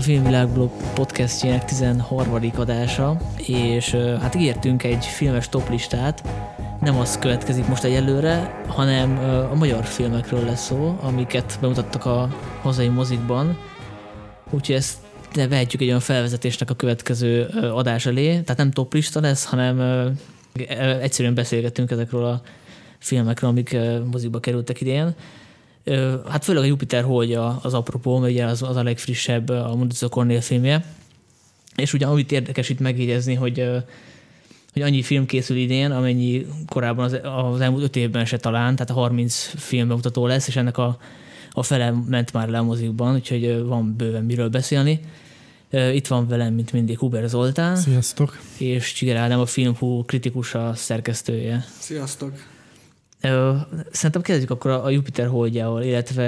a Filmvilágblog podcastjének 13. adása, és hát ígértünk egy filmes toplistát, nem az következik most egyelőre, hanem a magyar filmekről lesz szó, amiket bemutattak a hazai mozikban, úgyhogy ezt vehetjük egy olyan felvezetésnek a következő adás elé, tehát nem toplista lesz, hanem egyszerűen beszélgetünk ezekről a filmekről, amik mozikba kerültek idén. Hát főleg a Jupiter Holdja az apropó, mert ugye az a legfrissebb a Mundruczó Kornél filmje. És ugye amit érdekes itt megjegyezni, hogy annyi film készül idén, amennyi korábban az elmúlt 5 évben se talán, tehát a 30 filmbemutató lesz, és ennek a fele ment már le a mozikban, úgyhogy van bőven miről beszélni. Itt van velem, mint mindig, Huber Zoltán. Sziasztok! És Csiger Ádám, a Filmhú kritikusa, szerkesztője. Sziasztok! Szerintem kezdjük akkor a Jupiter Holdjával, illetve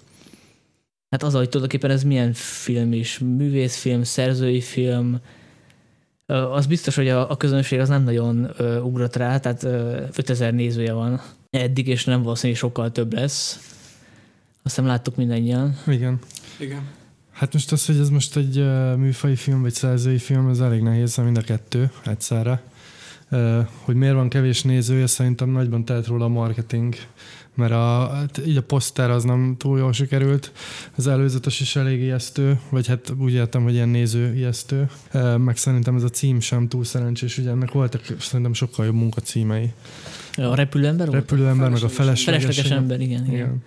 hát az, hogy tulajdonképpen ez milyen film is, művészfilm, szerzői film, az biztos, hogy a közönség az nem nagyon ugrott rá, tehát 5000 nézője van eddig, és nem valószínűleg sokkal több lesz. Azt hiszem láttuk mindannyian. Igen. Hát most az, hogy ez most egy műfaji film, vagy szerzői film, ez elég nehéz, mind a kettő egyszerre. Hogy miért van kevés nézője, szerintem nagyban tehet róla a marketing, mert így a poszter az nem túl jól sikerült, az előzetes is elég ijesztő, vagy hát úgy értem, hogy ilyen néző ijesztő, meg szerintem ez a cím sem túl szerencsés, ugye ennek voltak szerintem sokkal jobb munkacímei. A repülőember volt? Repülőember, meg a felesleges ember, igen.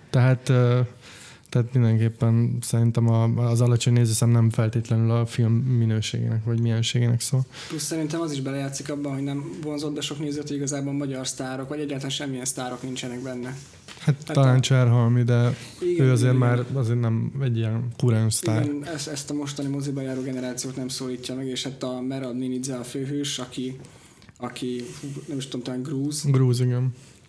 Tehát mindenképpen szerintem az alacsony nézőszám nem feltétlenül a film minőségének vagy mienségének szól. Plusz szerintem az is belejátszik abban, hogy nem vonzott be sok nézőt, hogy igazából magyar sztárok, vagy egyáltalán semmilyen sztárok nincsenek benne. Hát talán Cserhalmi, de igen, ő azért igen. már azért nem egy ilyen kurán sztár. Igen, ezt a mostani moziba járó generációt nem szólítja meg, és hát a Merab Ninidze a főhős, aki nem is tudom, talán grúz, igen.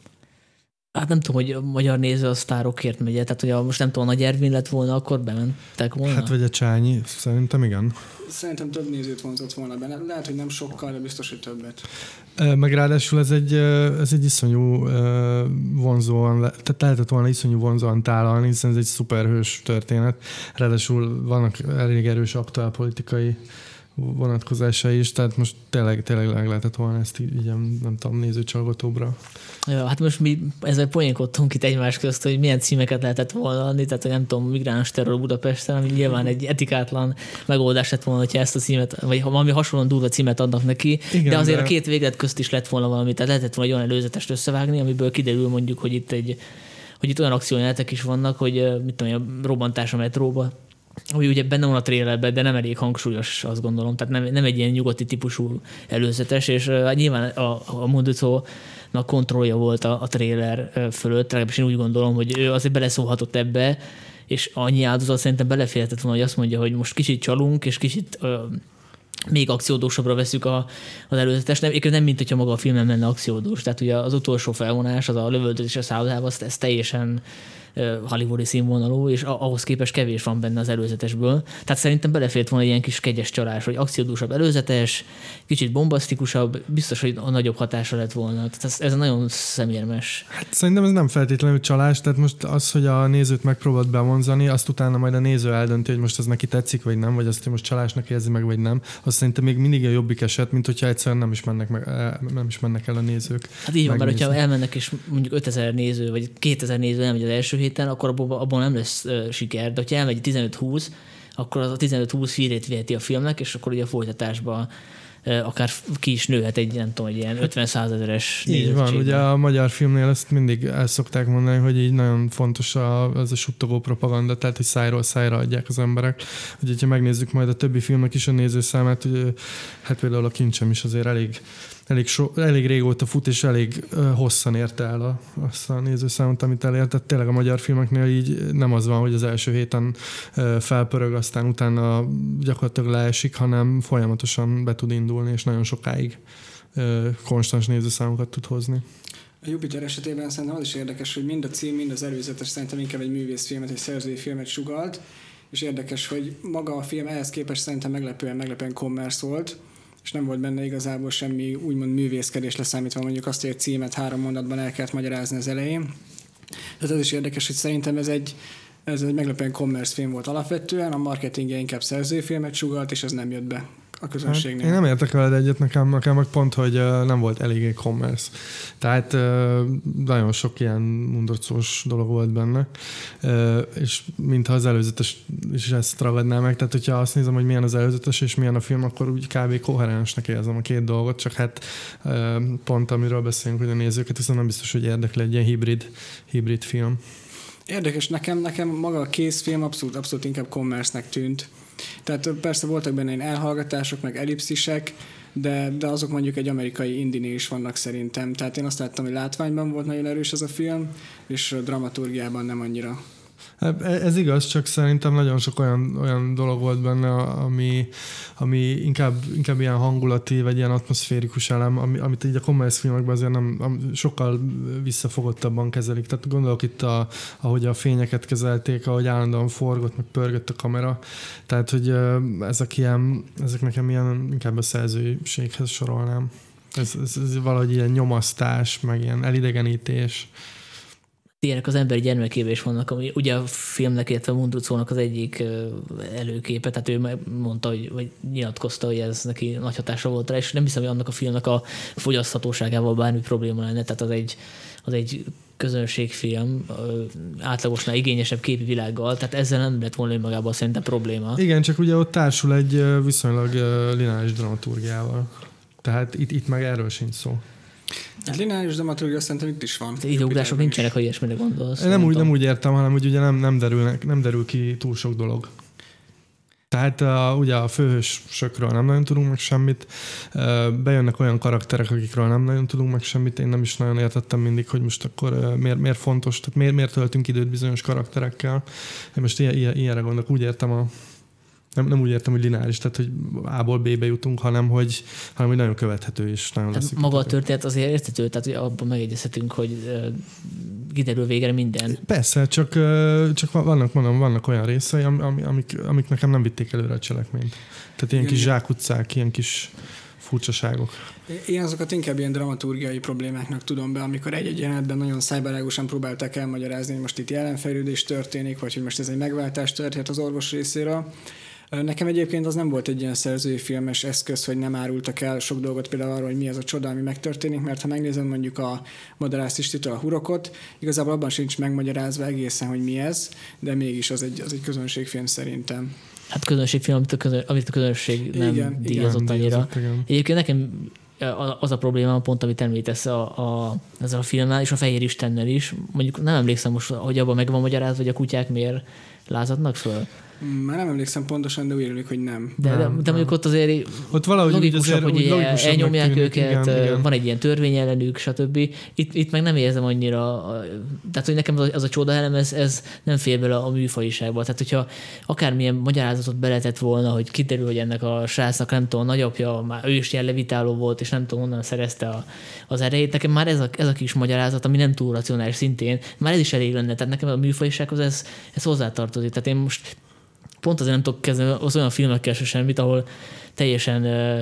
Hát nem tudom, hogy a magyar néző a sztárokért megy, tehát hogy most nem tudom, a Nagy Ervin lett volna, akkor bementek volna? Hát vagy a Csányi, szerintem igen. Szerintem több nézőt vonzott volna benne. Lehet, hogy nem sokkal, de biztos, hogy többet. Meg ráadásul ez egy iszonyú vonzóan, tehát lehetett volna iszonyú vonzóan tálalni, hiszen ez egy szuperhős történet. Ráadásul vannak elég erős aktuálpolitikai vonatkozásai is, tehát most tényleg meg lehetett volna ezt így nem tudom, nézőcsalgatóbbra. Ja, hát most mi ezzel poénkodtunk itt egymás közt, hogy milyen címeket lehetett volna adni, tehát hogy nem tudom, migráns terror Budapesten, ami nyilván egy etikátlan megoldás lett volna, hogyha ezt a címet, vagy ha valami hasonlóan durva címet adnak neki, igen, de azért a két véglet közt is lett volna valami, tehát lehetett volna egy olyan előzetest összevágni, amiből kiderül mondjuk, hogy itt olyan akciójelenetek is vannak, hogy mit tudom, a robbantás a metróba, ami ugye benne van a trailerben, de nem elég hangsúlyos, azt gondolom, tehát nem egy ilyen nyugati típusú előzetes, és nyilván a Mundruczónak kontrollja volt a trailer fölött, legalábbis én úgy gondolom, hogy ő azért beleszólhatott ebbe, és annyi áldozat szerintem beleférhetett volna, hogy azt mondja, hogy most kicsit csalunk, és kicsit még akciódúsabbra veszük az előzetes. Nem mint hogyha maga a film nem lenne akciódús. Tehát ugye az utolsó felvonás, az a lövöldözés a szállodában, ez teljesen hollywoodi színvonalú, és ahhoz képest kevés van benne az előzetesből. Tehát szerintem belefért volna egy ilyen kis kegyes csalás, hogy akciódúsabb előzetes, kicsit bombasztikusabb, biztos, hogy a nagyobb hatása lett volna. Tehát ez nagyon szemérmes. Hát szerintem ez nem feltétlenül csalás, tehát most az, hogy a nézőt megpróbált bevonzani, azt utána majd a néző eldönti, hogy most ez neki tetszik, vagy nem, vagy azt, hogy most csalásnak érzi meg, vagy nem. Azt szerintem még mindig a jobbik eset, mint hogyha egyszerűen nem is mennek el a nézők. Hát így van, mert hogyha elmennek, és mondjuk 5000 néző, vagy 2000 néző elmegy az első héten, akkor abból nem lesz siker, de ha elmegy 15-20, akkor az a 15-20 hírét viheti a filmnek, és akkor ugye a folytatásban akár ki is nőhet egy, nem tudom, egy ilyen 50-100 ezeres nézettség. Így van, ugye a magyar filmnél ezt mindig el szokták mondani, hogy így nagyon fontos az a suttogó propaganda, tehát hogy szájról szájra adják az emberek. Ugye, ha megnézzük majd a többi filmnek is a nézőszámát, hogy hát például a Kincsem is azért elég régóta fut, és elég hosszan érte el azt a nézőszámot, amit elért. Tehát tényleg a magyar filmeknél így nem az van, hogy az első héten felpörög, aztán utána gyakorlatilag leesik, hanem folyamatosan be tud indulni, és nagyon sokáig konstans nézőszámokat tud hozni. A Jupiter esetében szerintem az is érdekes, hogy mind a cím, mind az előzetes szerintem inkább egy művészfilmet, egy szerzői filmet sugalt, és érdekes, hogy maga a film ehhez képest szerintem meglepően commerce volt, és nem volt benne igazából semmi úgymond művészkedés, leszámítva mondjuk azt, hogy a címet 3 mondatban el kellett magyarázni az elején. Tehát ez is érdekes, hogy szerintem ez egy Ez egy meglepően commerce film volt alapvetően, a marketingje inkább szerzőfilmet sugalt, és ez nem jött be a közönségnél. Hát én nem értek veled egyet, nekem meg pont, hogy nem volt eléggé commerce. Tehát nagyon sok ilyen mundorcós dolog volt benne, és mintha az előzetes is ezt ragadná meg, tehát hogyha azt nézem, hogy milyen az előzetes és milyen a film, akkor úgy kb. Koherensnek érzem a két dolgot, csak hát pont amiről beszélünk, hogy a nézőket, viszont nem biztos, hogy érdekli egy ilyen hibrid film. Érdekes, nekem maga a készfilm abszolút inkább commerce-nek tűnt. Tehát persze voltak benne ilyen elhallgatások, meg ellipszisek, de azok mondjuk egy amerikai indinél is vannak szerintem. Tehát én azt láttam, hogy látványban volt nagyon erős ez a film, és dramaturgiában nem annyira. Ez igaz, csak szerintem nagyon sok olyan dolog volt benne, ami inkább ilyen hangulati, vagy ilyen atmoszférikus elem, amit így a commerce filmekben azért sokkal visszafogottabban kezelik. Tehát gondolok itt, ahogy a fényeket kezelték, ahogy állandóan forgott, meg pörgött a kamera. Tehát, hogy ezek nekem ilyen inkább a szerzőséghez sorolnám. Ez valahogy ilyen nyomasztás, meg ilyen elidegenítés. Ilyenek az emberi gyermekébe is vannak, ami ugye a filmnek, illetve a Mundruczónak az egyik előképe, tehát ő mondta, vagy nyilatkozta, hogy ez neki nagy hatása volt rá, és nem hiszem, hogy annak a filmnek a fogyaszthatóságával bármi probléma lenne, tehát az egy közönségfilm, átlagosnál igényesebb képi világgal, tehát ezzel nem lett volna önmagában szerintem probléma. Igen, csak ugye ott társul egy viszonylag lineáris dramaturgiával. Tehát itt meg erről sincs szó. Hát lineáris dramaturgia szerintem itt is van. Időugrások nincsenek, ha ilyesmire gondolsz. Nem úgy értem, hanem hogy ugye nem derül ki túl sok dolog. Tehát ugye a főhősökről nem nagyon tudunk meg semmit, bejönnek olyan karakterek, akikről nem nagyon tudunk meg semmit, én nem is nagyon értettem mindig, hogy most akkor miért fontos, tehát miért töltünk időt bizonyos karakterekkel. Én most ilyenre gondolok, úgy értem nem úgy értem, hogy lineáris, tehát hogy A-ból B-be jutunk, hanem hogy nagyon követhető és nagyon lesz. Maga a történet azért érthető, tehát hogy abban megegyezhetünk, hogy kiderül végre minden. Persze, csak vannak olyan részei, amik nekem nem vitték előre a cselekményt. Tehát ilyen kis zsákutcák, ilyen kis furcsaságok. Én azokat inkább ilyen dramaturgiai problémáknak tudom be, amikor egy jelenetben nagyon szájbarágosan próbálták elmagyarázni, hogy most itt jelenfejlődés történik, vagy hogy most ez egy megváltás történt az orvos részéről. Nekem egyébként az nem volt egy ilyen szerzői filmes eszköz, hogy nem árultak el sok dolgot például arról, hogy mi ez a csoda, ami megtörténik, mert ha megnézem mondjuk a Madarász Istitől a Hurokot, igazából abban sincs megmagyarázva egészen, hogy mi ez, de mégis az egy közönségfilm szerintem. Hát közönségfilm, amit a közönség nem díjazott annyira. Egyébként nekem az a probléma pont, amit említesz ezzel a filmmel, és a Fehér Istennel is. Mondjuk nem emlékszem most, hogy abban meg van magyarázva, hogy a kutyák miért lázadnak föl. Már nem emlékszem pontosan, de úgy érlik, hogy nem. De mondjuk ott azért ott valahogy logikusabb, hogy elnyomják tűnik, őket, igen. Van egy ilyen törvény ellenük, stb. Itt meg nem érzem annyira, tehát hogy nekem az a csodaelem, ez nem fér bele a műfajiságba. Tehát hogyha akármilyen magyarázatot beletett volna, hogy kiderül, hogy ennek a srácnak nem tudom, nagyapja, már ő is ilyen levitáló volt, és nem tudom, honnan szerezte az erejét. Nekem már ez a kis magyarázat, ami nem túl racionális szintén, már ez is elég lenne. Tehát nekem a műfajisághoz ez hozzátartozik. Tehát én most pont azért nem tudok kezdeni az olyan filmekkel se semmit, ahol teljesen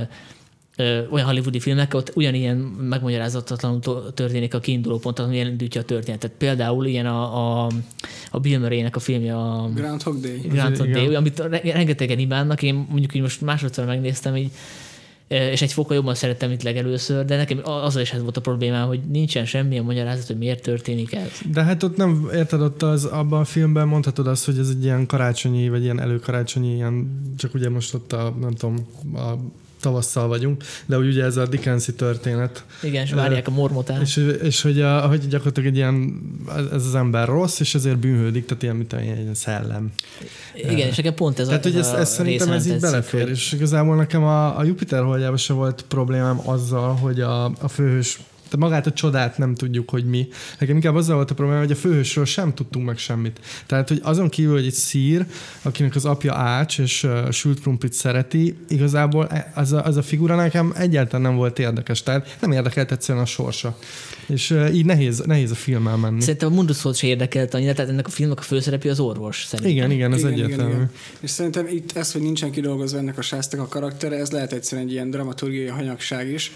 olyan hollywoodi filmekkel, ott ugyanilyen megmagyarázatlanul történik a kiinduló pont, ami elindítja a történetet. Például ilyen a Bill Murray-nek a filmje, a Groundhog Day, amit rengetegen imádnak. Én mondjuk így most másodszor megnéztem, így, és egy fokkal jobban szerettem, mint legelőször, de nekem azzal is ez volt a problémám, hogy nincsen semmilyen magyarázat, hogy miért történik ez. De hát ott nem, érted, ott abban a filmben mondhatod azt, hogy ez egy ilyen karácsonyi, vagy ilyen előkarácsonyi, ilyen, csak ugye most ott a tavasszal vagyunk, de ugye ez a Dickensi történet. Igen, és várják a mormotát. És hogy gyakorlatilag egy ilyen, ez az ember rossz, és ezért bűnhődik, tehát ilyen, mint egy szellem. Igen, és nekem pont ez tehát, hogy ez szerintem ez így belefér, és igazából nekem a Jupiter holdjában se volt problémám azzal, hogy a főhős, tehát magát a csodát nem tudjuk, hogy mi. Nekem inkább azzal volt a probléma, hogy a főhősről sem tudtunk meg semmit. Tehát, hogy azon kívül, hogy egy szír, akinek az apja ács, és sült krumplit szereti, igazából az a figura nekem egyáltalán nem volt érdekes. Tehát nem érdekelt egyszerűen a sorsa. És így nehéz a filmmel menni. Szerintem a Mundruczót se érdekelt annyira, tehát ennek a filmnek a főszereplő az orvos. Szerintem. Igen, ez egyértelmű. Igen. És szerintem itt ez, hogy nincsen kidolgozva ennek a srácnak a karaktere, ez lehet egyszerűen egy ilyen dramaturgiai hanyagság is.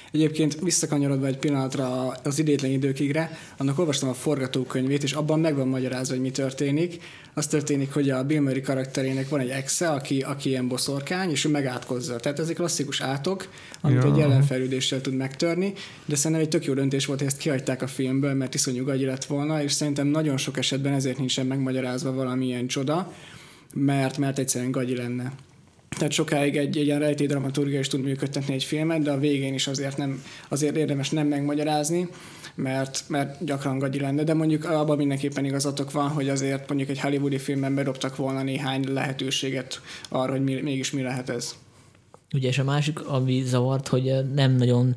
Egyébként visszakanyarodva egy pillanatra az Idétlen időkigre, annak olvastam a forgatókönyvét, és abban meg van magyarázva, hogy mi történik. Az történik, hogy a Bill Murray karakterének van egy exe, aki ilyen boszorkány, és ő megátkozza. Tehát ez egy klasszikus átok, amit egy ellenfejlődéssel tud megtörni, de szerintem egy tök jó döntés volt, hogy ezt kihagyták a filmből, mert iszonyú gagyi lett volna, és szerintem nagyon sok esetben ezért nincsen megmagyarázva valamilyen csoda, mert egyszerűen gagyi lenne. Tehát sokáig egy ilyen rejtélydramaturgia is tud működtetni egy filmet, de a végén is azért érdemes nem megmagyarázni, mert gyakran gagyi lenne, de mondjuk abban mindenképpen igazatok van, hogy azért mondjuk egy hollywoodi filmben bedobtak volna néhány lehetőséget arra, hogy mégis mi lehet ez. Ugye, és a másik, ami zavart, hogy nem nagyon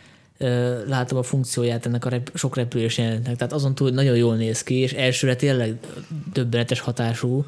látom a funkcióját ennek a sok repülés jelenetnek. Tehát azon túl, hogy nagyon jól néz ki, és elsőre tényleg döbbenetes hatású,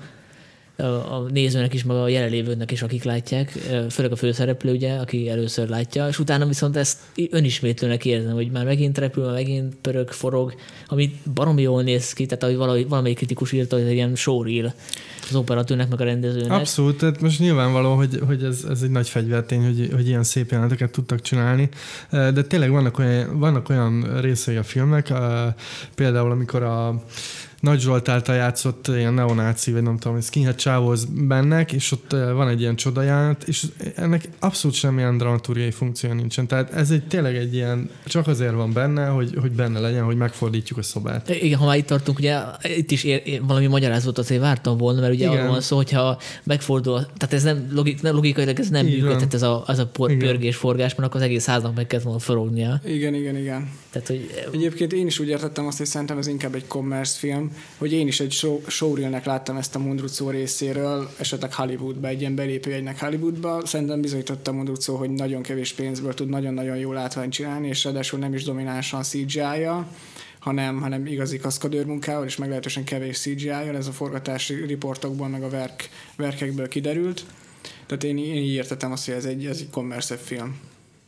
a nézőnek is, meg a jelenlévőknek is, akik látják, főleg a főszereplő, ugye, aki először látja, és utána viszont ezt önismétlőnek érzem, hogy már megint repül, már megint pörög, forog, ami baromi jól néz ki, tehát ahogy valamelyik kritikus írta, hogy egy ilyen showreel az operatőrnek, meg a rendezőnek. Abszolút, tehát most nyilvánvaló, hogy ez egy nagy fegyvertény, hogy ilyen szép jeleneteket tudtak csinálni, de tényleg vannak olyan részei a filmnek, például amikor a Nagy Zsolt által játszott ilyen neonáci, vagy nem tudom, hogy skinhead csávóz bennek, és ott van egy ilyen csodajánt, és ennek abszolút semmilyen dramaturgiai funkciója nincsen. Tehát ez tényleg egy ilyen, csak azért van benne, hogy benne legyen, hogy megfordítjuk a szobát. Igen, ha már itt tartunk, ugye itt is valami magyarázatot azért vártam volna, mert ugye arról van szó, hogyha megfordul, tehát ez nem logikailag ez nem működhet, ez a pörgés-forgás, mert akkor az egész háznak meg kellett volna forognia. Igen. Tehát, hogy... Egyébként én is úgy értettem azt, hogy szerintem ez inkább egy commerce film, hogy én is egy showreelnek láttam ezt a Mondrucó részéről, esetleg Hollywoodba, egy ilyen belépőjegynek Hollywoodba. Szerintem bizonyította Mondrucó, hogy nagyon kevés pénzből tud nagyon-nagyon jó látványt csinálni, és ráadásul nem is dominánsan CGI-jal, hanem igazi kaszkadőrmunkával, és meglehetősen kevés CGI-jal. Ez a forgatási riportokból, meg a verkekből kiderült. Tehát én így értettem azt, hogy ez egy commerce film.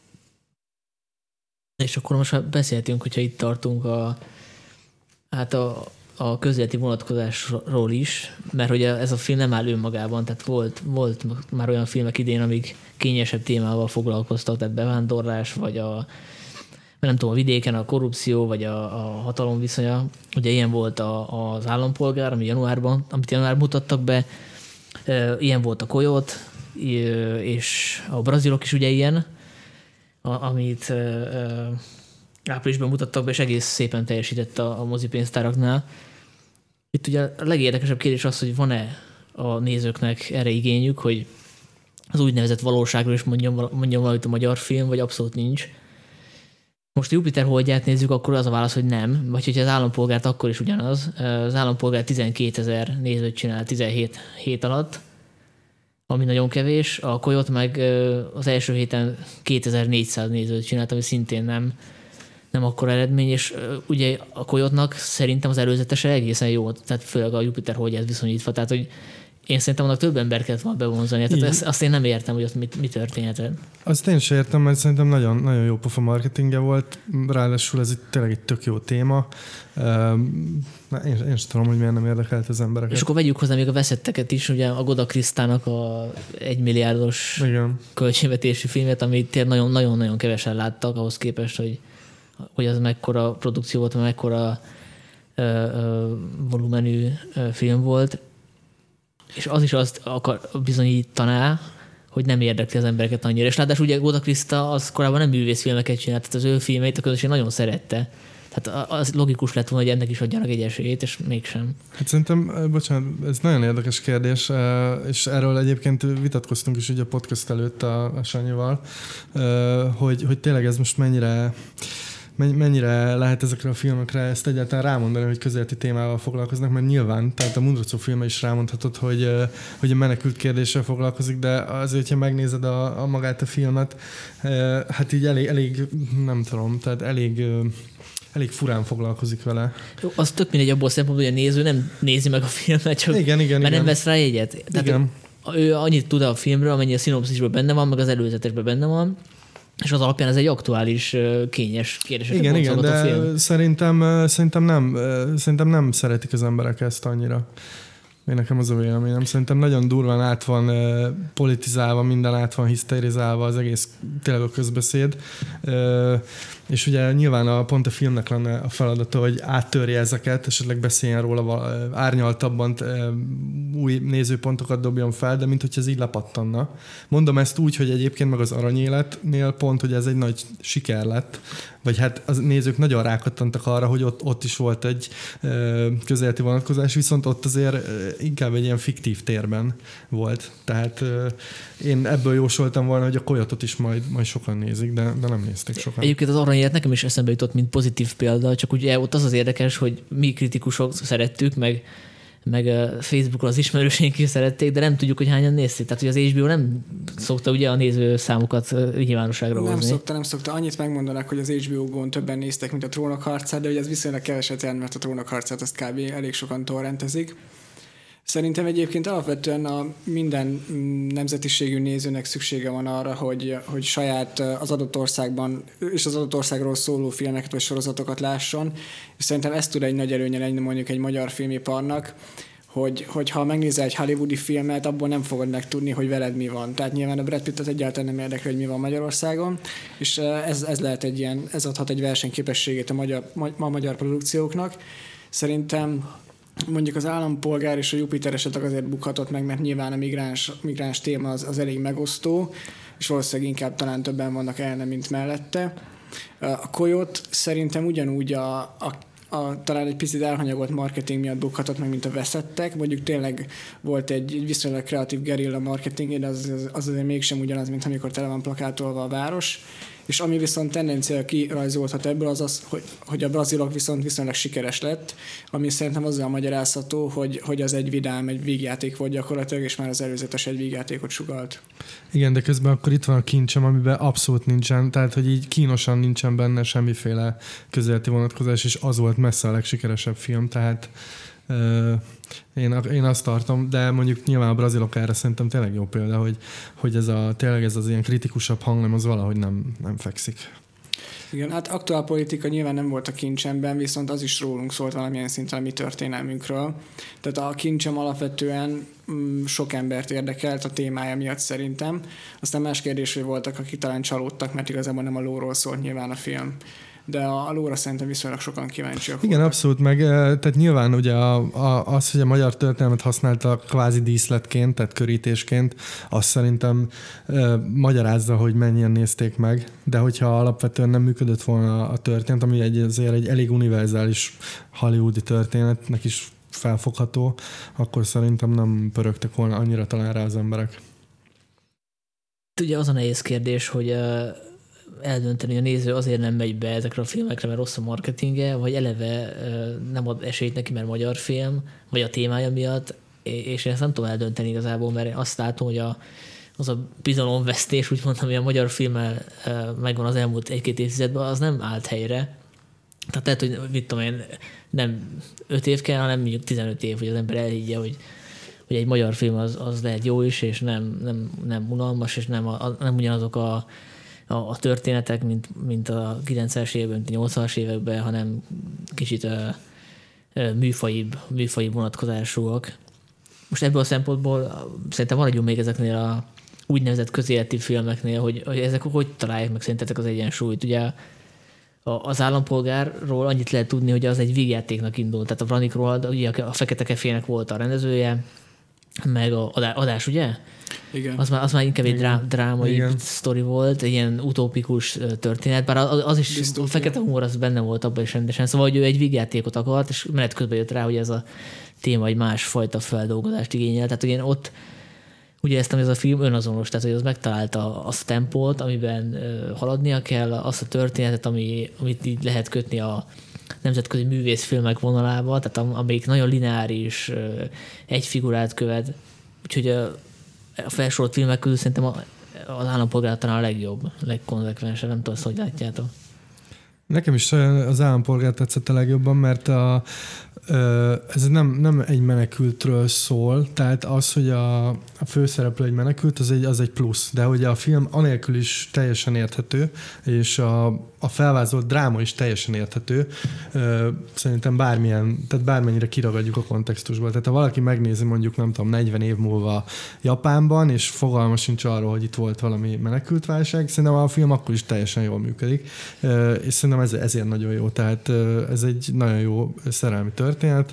És akkor most beszéltünk, hogyha itt tartunk a közéleti vonatkozásról is, mert hogy ez a film nem áll önmagában, tehát volt már olyan filmek idén, amik kényesebb témával foglalkoztak, tehát bevándorlás, vagy nem tudom, a vidéken a korrupció, vagy a hatalom viszonya. Ugye ilyen volt az Állampolgár, amit januárban mutattak be, ilyen volt a Coyote, és a brazilok is ugye ilyen, amit áprilisban mutattak be, és egész szépen teljesített a mozipénztáraknál. Itt ugye a legérdekesebb kérdés az, hogy van-e a nézőknek erre igényük, hogy az úgynevezett valóságról is mondjon valamit a magyar film, vagy abszolút nincs. Most a Jupiter holdját nézzük, akkor az a válasz, hogy nem. Vagy hogyha az Állampolgárt, akkor is ugyanaz. Az Állampolgár 12 000 nézőt csinál 17 hét alatt, ami nagyon kevés. A Coyote meg az első héten 2400 nézőt csinált, ami szintén nem akkora eredmény, és ugye a Coyote-nak szerintem az előzetese egészen jó, tehát főleg a Jupiter holdját viszonyítva, tehát hogy én szerintem annak több ember kellett volna bevonzani, tehát azt én nem értem, hogy ott mi történhetett. Azt én sem értem, mert szerintem nagyon, nagyon jó pofa marketingje volt, ráadásul ez tényleg egy tök jó téma. Én sem tudom, hogy miért nem érdekelt az embereket. És akkor vegyük hozzá még a veszetteket is, ugye a Goda Krisztának a 1 milliárdos költségvetésű filmet, amit nagyon-nagyon kevesen láttak, ahhoz képest, hogy az mekkora produkció volt, mekkora volumenű film volt, és az is azt bizonyítaná, hogy nem érdekli az embereket annyira. És ráadásul ugye Goda Kriszta az korábban nem művészfilmeket csinált, tehát az ő filmeit a közösség nagyon szerette. Tehát az logikus lett volna, hogy ennek is adjanak egy esélyt, és mégsem. Hát szerintem, bocsánat, ez nagyon érdekes kérdés, és erről egyébként vitatkoztunk is ugye a podcast előtt a Sanyival, hogy tényleg ez most mennyire lehet ezekre a filmekre ezt egyáltalán rámondani, hogy közéleti témával foglalkoznak, mert nyilván, tehát a Mondrucó filme is rámondhatod, hogy a menekült kérdéssel foglalkozik, de azért, ha megnézed magát a filmet, hát így elég nem tudom, tehát elég furán foglalkozik vele. Jó, az tök mindegy abból szempontból, hogy a néző nem nézi meg a filmet, csak igen. nem vesz rá jegyet. Tehát ő annyit tud a filmről, amennyi a szinopszisban benne van, meg az előzetesben benne van, és az alapján ez egy aktuális, kényes kérdéseket igen, de a film. szerintem nem szeretik az emberek ezt annyira. Én nekem az a véleményem. Szerintem nagyon durván át van politizálva, minden át van hiszterizálva az egész tényleg a közbeszéd. És ugye nyilván pont a filmnek lenne a feladata, hogy áttörje ezeket, esetleg beszéljen róla árnyaltabban, új nézőpontokat dobjon fel, de mint hogy ez így lepattanna. Mondom ezt úgy, hogy egyébként meg az Aranyéletnél pont, hogy ez egy nagy siker lett, vagy hát az nézők nagyon rákattantak arra, hogy ott is volt egy közeleti vonatkozás, viszont ott azért inkább egy ilyen fiktív térben volt. Tehát én ebből jósoltam volna, hogy a Coyote-ot is majd sokan nézik, de nem nézték sokan. Egyébként az Aranyélet nekem is eszembe jutott, mint pozitív példa, csak ugye ott az érdekes, hogy mi kritikusok szerettük, meg Facebookon az ismerőseink is szerették, de nem tudjuk, hogy hányan nézték. Tehát, hogy az HBO nem szokta ugye a nézőszámokat nyilvánosságra hozni. Nem szokta. Annyit megmondanak, hogy az HBO-gon többen néztek, mint a Trónok harcát, de hogy ez viszonylag keveset jelent, mert a Trónok harcát azt kb. Elég sokan torrentezik. Szerintem egyébként alapvetően a minden nemzetiségű nézőnek szüksége van arra, hogy saját az adott országban és az adott országról szóló filmeket vagy sorozatokat lásson, és szerintem ez tud egy nagy előnye lenni mondjuk egy magyar filmiparnak, hogy ha megnézel egy hollywoodi filmet, abból nem fogod megtudni, hogy veled mi van. Tehát nyilván a Brad Pittet egyáltalán nem érdekel, hogy mi van Magyarországon, és ez lehet egy ilyen, ez adhat egy versenyképességét a magyar produkcióknak. Szerintem mondjuk az Állampolgár és a Jupiter esetleg azért bukhatott meg, mert nyilván a migráns téma az elég megosztó, és valószínűleg inkább talán többen vannak ellene, mint mellette. A Coyote szerintem ugyanúgy talán egy picit elhanyagolt marketing miatt bukhatott meg, mint a Veszettek. Mondjuk tényleg volt egy viszonylag kreatív gerilla marketing, de az azért mégsem ugyanaz, mint amikor tele van plakátolva a város. És ami viszont tendencia kirajzolhat ebből az, hogy a brazilok viszont viszonylag sikeres lett, ami szerintem azzal magyarázható, hogy az egy vidám, egy vígjáték volt gyakorlatilag, és már az előzetes egy vígjátékot sugalt. Igen, de közben akkor itt van a Kincsem, amiben abszolút nincsen, tehát hogy így kínosan nincsen benne semmiféle közeleti vonatkozás, és az volt messze a legsikeresebb film, tehát én azt tartom, de mondjuk nyilván a brazilok erre szerintem tényleg jó példa, hogy tényleg ez az ilyen kritikusabb hangnem az valahogy nem fekszik. Igen, hát aktuálpolitika nyilván nem volt a Kincsemben, viszont az is rólunk szólt valamilyen szinten a mi történelmünkről. Tehát a Kincsem alapvetően sok embert érdekelt a témája miatt szerintem. Aztán más kérdés, hogy voltak, akik talán csalódtak, mert igazából nem a lóról szólt nyilván a film. De a lóra szerintem viszonylag sokan kíváncsiak. Igen, voltak. Abszolút, meg tehát nyilván ugye az, hogy a magyar történelmet használta kvázi díszletként, tehát körítésként, azt szerintem magyarázza, hogy mennyien nézték meg, de hogyha alapvetően nem működött volna a történet, ami azért egy elég univerzális hollywoodi történetnek is felfogható, akkor szerintem nem pörögtek volna annyira talán rá az emberek. Ugye az a nehéz kérdés, hogy eldönteni, hogy a néző azért nem megy be ezekre a filmekre, mert rossz a marketingje, vagy eleve nem ad esélyt neki, mert magyar film, vagy a témája miatt, és én ezt nem tudom eldönteni igazából, mert azt látom, hogy az a bizalomvesztés, úgymond, ami a magyar filmmel megvan az elmúlt 1-2 évtizedben, az nem állt helyre. Tehát lehet, hogy mit tudom én, nem 5 év kell, hanem mondjuk 15 év, hogy az ember elhiggye, hogy egy magyar film az lehet jó is, és nem unalmas, és nem ugyanazok a történetek, mint a 90-es években, mint a 80-as években, hanem kicsit műfajibb vonatkozásúak. Most ebből a szempontból szerintem maradjunk még ezeknél a úgynevezett közéleti filmeknél, hogy ezek hogy találják meg szerintetek az egyensúlyt. Ugye az Állampolgárról annyit lehet tudni, hogy az egy vígjátéknak indult. Tehát a Vranikról ugye a Fekete Kefének volt a rendezője, meg a adás, ugye? Igen. Az már inkább egy drámai sztori volt, egy ilyen utópikus történet, bár az is a fekete humor az benne volt abban is rendesen. Szóval, hogy ő egy vígjátékot akart, és menet közben jött rá, hogy ez a téma egy másfajta feldolgozást igényel. Tehát ugye ott úgy éreztem, hogy ez a film önazonos, tehát hogy az megtalálta azt a tempót, amiben haladnia kell, azt a történetet, amit így lehet kötni a nemzetközi művészfilmek vonalába, tehát amelyik nagyon lineáris, egy figurát követ. Úgyhogy a felsorolt filmek közül szerintem az Állampolgár talán a legjobb, legkonzekvensebb, nem tudom, hogy látjátok. Nekem is az Állampolgár tetszett a legjobban, mert ez nem egy menekültről szól, tehát az, hogy a főszereplő egy menekült, az egy plusz, de hogy a film anélkül is teljesen érthető, és a felvázolt dráma is teljesen érthető. Szerintem bármennyire kiragadjuk a kontextusból. Tehát ha valaki megnézi mondjuk, nem tudom, 40 év múlva Japánban, és fogalma sincs arról, hogy itt volt valami menekültválság, szerintem a film akkor is teljesen jól működik. És szerintem ezért nagyon jó. Tehát ez egy nagyon jó szerelmi történet,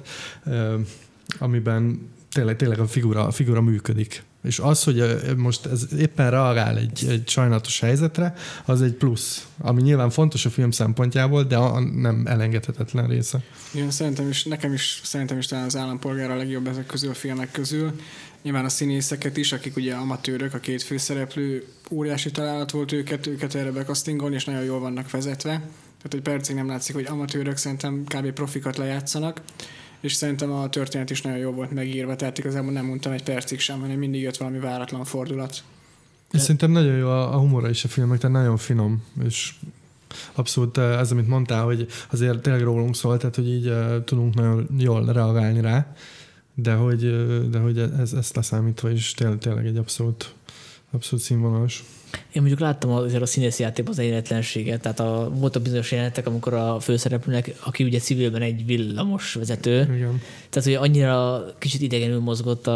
amiben tényleg a figura működik. És az, hogy most ez éppen reagál egy sajnálatos helyzetre, az egy plusz, ami nyilván fontos a film szempontjából, de nem elengedhetetlen része. Igen, nekem is talán az Állampolgár a legjobb ezek közül a filmek közül. Nyilván a színészeket is, akik ugye amatőrök, a két főszereplő, óriási találat volt őket erre bekasztingolni, és nagyon jól vannak vezetve. Tehát egy percig nem látszik, hogy amatőrök, szerintem kb. Profikat lejátszanak. És szerintem a történet is nagyon jó volt megírva, tehát igazából nem mondtam egy percig sem, hanem mindig jött valami váratlan fordulat. És szerintem nagyon jó a humora is a filmek, tehát nagyon finom, és abszolút ez, amit mondtál, hogy azért tényleg rólunk szól, tehát hogy így tudunk nagyon jól reagálni rá, de hogy ezt leszámítva is tényleg egy abszolút színvonalas. Én mondjuk láttam azért a színészi játékban az egyenletlenséget, tehát voltak bizonyos jelenetek, amikor a főszereplőnek, aki ugye civilben egy villamos vezető, igen. Tehát hogy annyira kicsit idegenül mozgott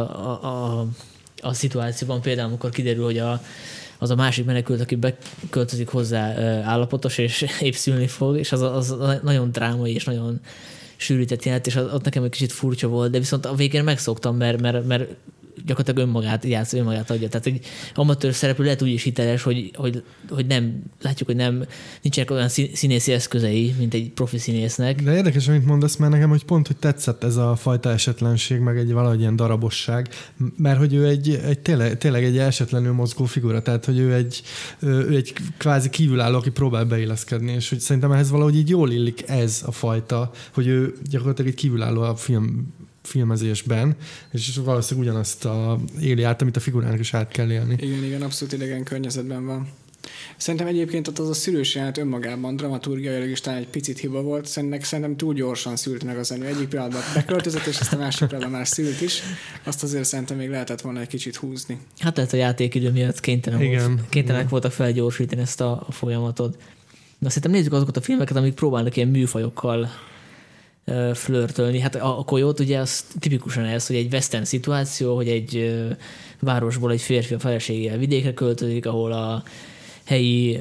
a szituációban, például amikor kiderül, hogy az a másik menekült, aki beköltözik hozzá állapotos, és épp szülni fog, és az nagyon drámai és nagyon sűrített jelenet, és ott nekem egy kicsit furcsa volt, de viszont a végén megszoktam, mert gyakorlatilag önmagát adja. Tehát egy amatőr szereplő lehet úgy is hiteles, hogy nem, látjuk, hogy nincsenek olyan színészi eszközei, mint egy profi színésznek. De érdekes, amit mondasz, mert nekem, hogy hogy tetszett ez a fajta esetlenség, meg egy valahogy ilyen darabosság, mert hogy ő tényleg egy esetlenül mozgó figura, tehát hogy ő egy kvázi kívülálló, aki próbál beilleszkedni, és hogy szerintem ehhez valahogy így jól illik ez a fajta, hogy ő gyakorlatilag egy kívülálló a filmezésben, és valószínűleg ugyanazt éli át, amit a figurának is át kell élni. Igen, abszolút idegen környezetben van. Szerintem egyébként ott az a szülős jelenet önmagában dramaturgiailag is talán egy picit hiba volt, szerintem túl gyorsan szült meg az anyu. Egyik pillanatban beköltözött, és ezt a másik pillanatban már szült is. Azt azért szerintem még lehetett volna egy kicsit húzni. Hát lehet a játékidő miatt kénytelenek voltak felgyorsítani ezt a folyamatot. Na szerintem nézzük azokat a filmeket, amik próbálnak ilyen műfajokkal flörtölni. Hát a Coyote ugye az tipikusan ez, hogy egy western szituáció, hogy egy városból egy férfi a feleségével vidékre költözik, ahol a helyi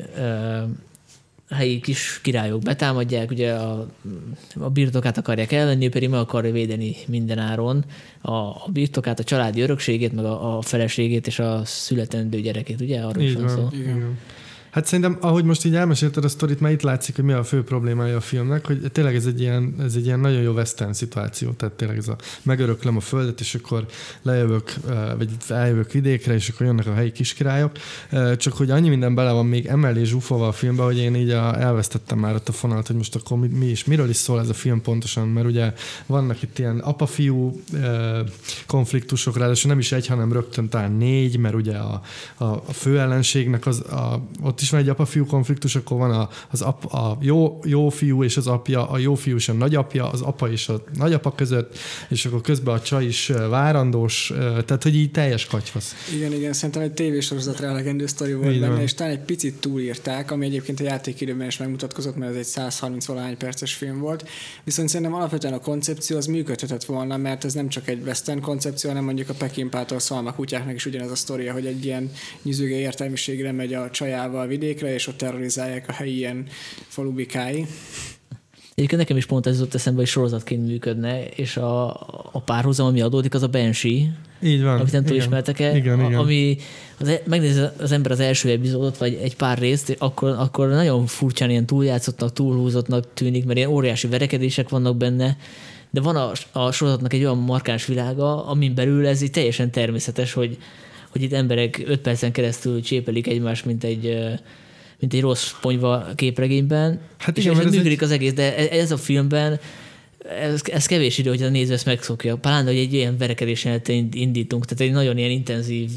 kis királyok betámadják, ugye a birtokát akarják elvenni, pedig meg akarja védeni mindenáron a birtokát, a családi örökségét, meg a feleségét és a születendő gyerekét, ugye? Arról is van szó. Igen. Hát szerintem, ahogy most így elmesélted a sztorit, már itt látszik, hogy mi a fő problémája a filmnek, hogy tényleg ez egy ilyen nagyon jó western szituáció, tehát tényleg ez a megöröklöm a földet, és akkor lejövök, vagy eljövök vidékre, és akkor jönnek a helyi kiskirályok. Csak hogy annyi minden bele van még emellé zsúfolva a filmbe, hogy én így elvesztettem már ott a fonalat, hogy most akkor miről is szól ez a film pontosan, mert ugye vannak itt ilyen apa-fiú konfliktusok, ráadásul nem is egy, hanem rögtön talán 4, mert ugye a fő ellenségnek ott is van egy apa-fiú konfliktus, akkor van a jó fiú és az apja, a jó fiú és a nagyapja, az apa és a nagyapa között, és akkor közben a csaj is várandós, tehát hogy így teljes katyvasz. Igen, szerintem egy tévésorozatra elegendő sztori volt benne, és talán egy picit túlírták, ami egyébként a játékidőben is megmutatkozott, mert ez egy 130-valahány perces film volt. Viszont szerintem alapvetően a koncepció az működhetett volna, mert ez nem csak egy western koncepció, hanem mondjuk a Peckinpától Szalma kutyáknak is ugyanez a sztoria, hogy egy ilyen nyüzőge értelmiségre megy a csajával vidékre, és ott terrorizálják a helyi ilyen falubikái. Egyébként nekem is pont ez jutott eszembe, hogy sorozatként működne, és a párhuzam, ami adódik, az a Banshee. Így van. Amit nem tudom, ismertek-e. Igen. Ami megnézi az ember az első epizódot, vagy egy pár részt, akkor nagyon furcsán ilyen túljátszottnak, túlhúzottnak tűnik, mert ilyen óriási verekedések vannak benne, de van a sorozatnak egy olyan markáns világa, amin belül ez így teljesen természetes, hogy itt emberek 5 percen keresztül csépelik egymást, mint egy rossz ponyva képregényben, hát igen, és működik az egész, de ez a filmben ez kevés idő, hogy a néző ezt megszokja. Pláne, hogy egy ilyen verekedésen indítunk, tehát egy nagyon ilyen intenzív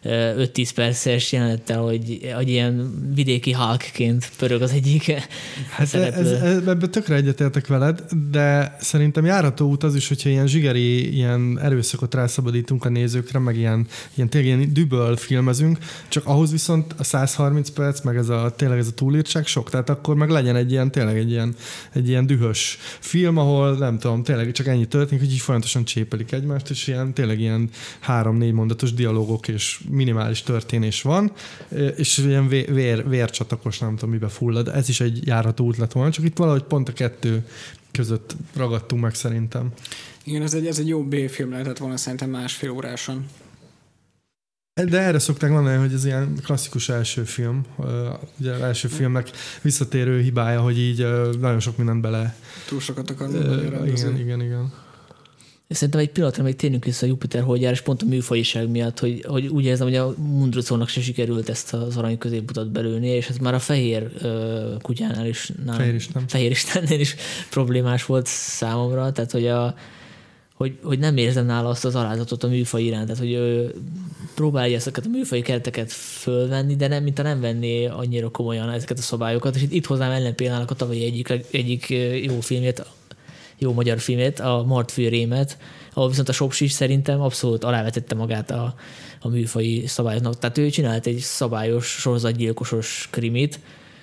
5-10 perces jelenettel, hogy ilyen vidéki Hulkként pörög az egyik szereplő. Ebben tökre egyetértek veled, de szerintem járható út az is, hogyha ilyen zsigeri, ilyen erőszakot rászabadítunk a nézőkre, meg ilyen tényleg ilyen düböl filmezünk, csak ahhoz viszont a 130 perc, meg tényleg ez a túlírtság sok, tehát akkor meg legyen egy ilyen dühös film, ahol nem tudom, tényleg csak ennyi történik, hogy így folyamatosan csépelik egymást, és tényleg ilyen 3-4 mondatos dialógok és minimális történés van, és ilyen vércsatakos, nem tudom, mibe fullad. Ez is egy járható út lett volna, csak itt valahogy pont a kettő között ragadtunk meg szerintem. Igen, ez egy jó B-film lehetett volna szerintem 1,5 óráson. De erre szokták mondani, hogy ez ilyen klasszikus első film. Ugye az első filmnek visszatérő hibája, hogy így nagyon sok mindent bele... Túl sokat akarnak rendezni. Igen. Szerintem egy pillanatra még térjünk vissza a Jupiter holdjára, és pont a műfajiság miatt, hogy úgy érzem, hogy a Mundrucónak se sikerült ezt az arany középutat belőni, és ez már a fehér kutyánál is, Fehér Istennél is problémás volt számomra, tehát hogy nem érzem nála azt az alázatot a műfaj iránt, tehát hogy próbálja ezeket a műfaji kereteket fölvenni, de nem, mintha nem venné annyira komolyan ezeket a szabályokat, és itt hozzám ellenpélnának a tavalyi egyik jó filmjét, jó magyar filmét, a Mardfű Rémet, ahol viszont a Sopsi szerintem abszolút alávetette magát a műfaji szabályoknak. Tehát ő csinált egy szabályos, sorozatgyilkosos krimit,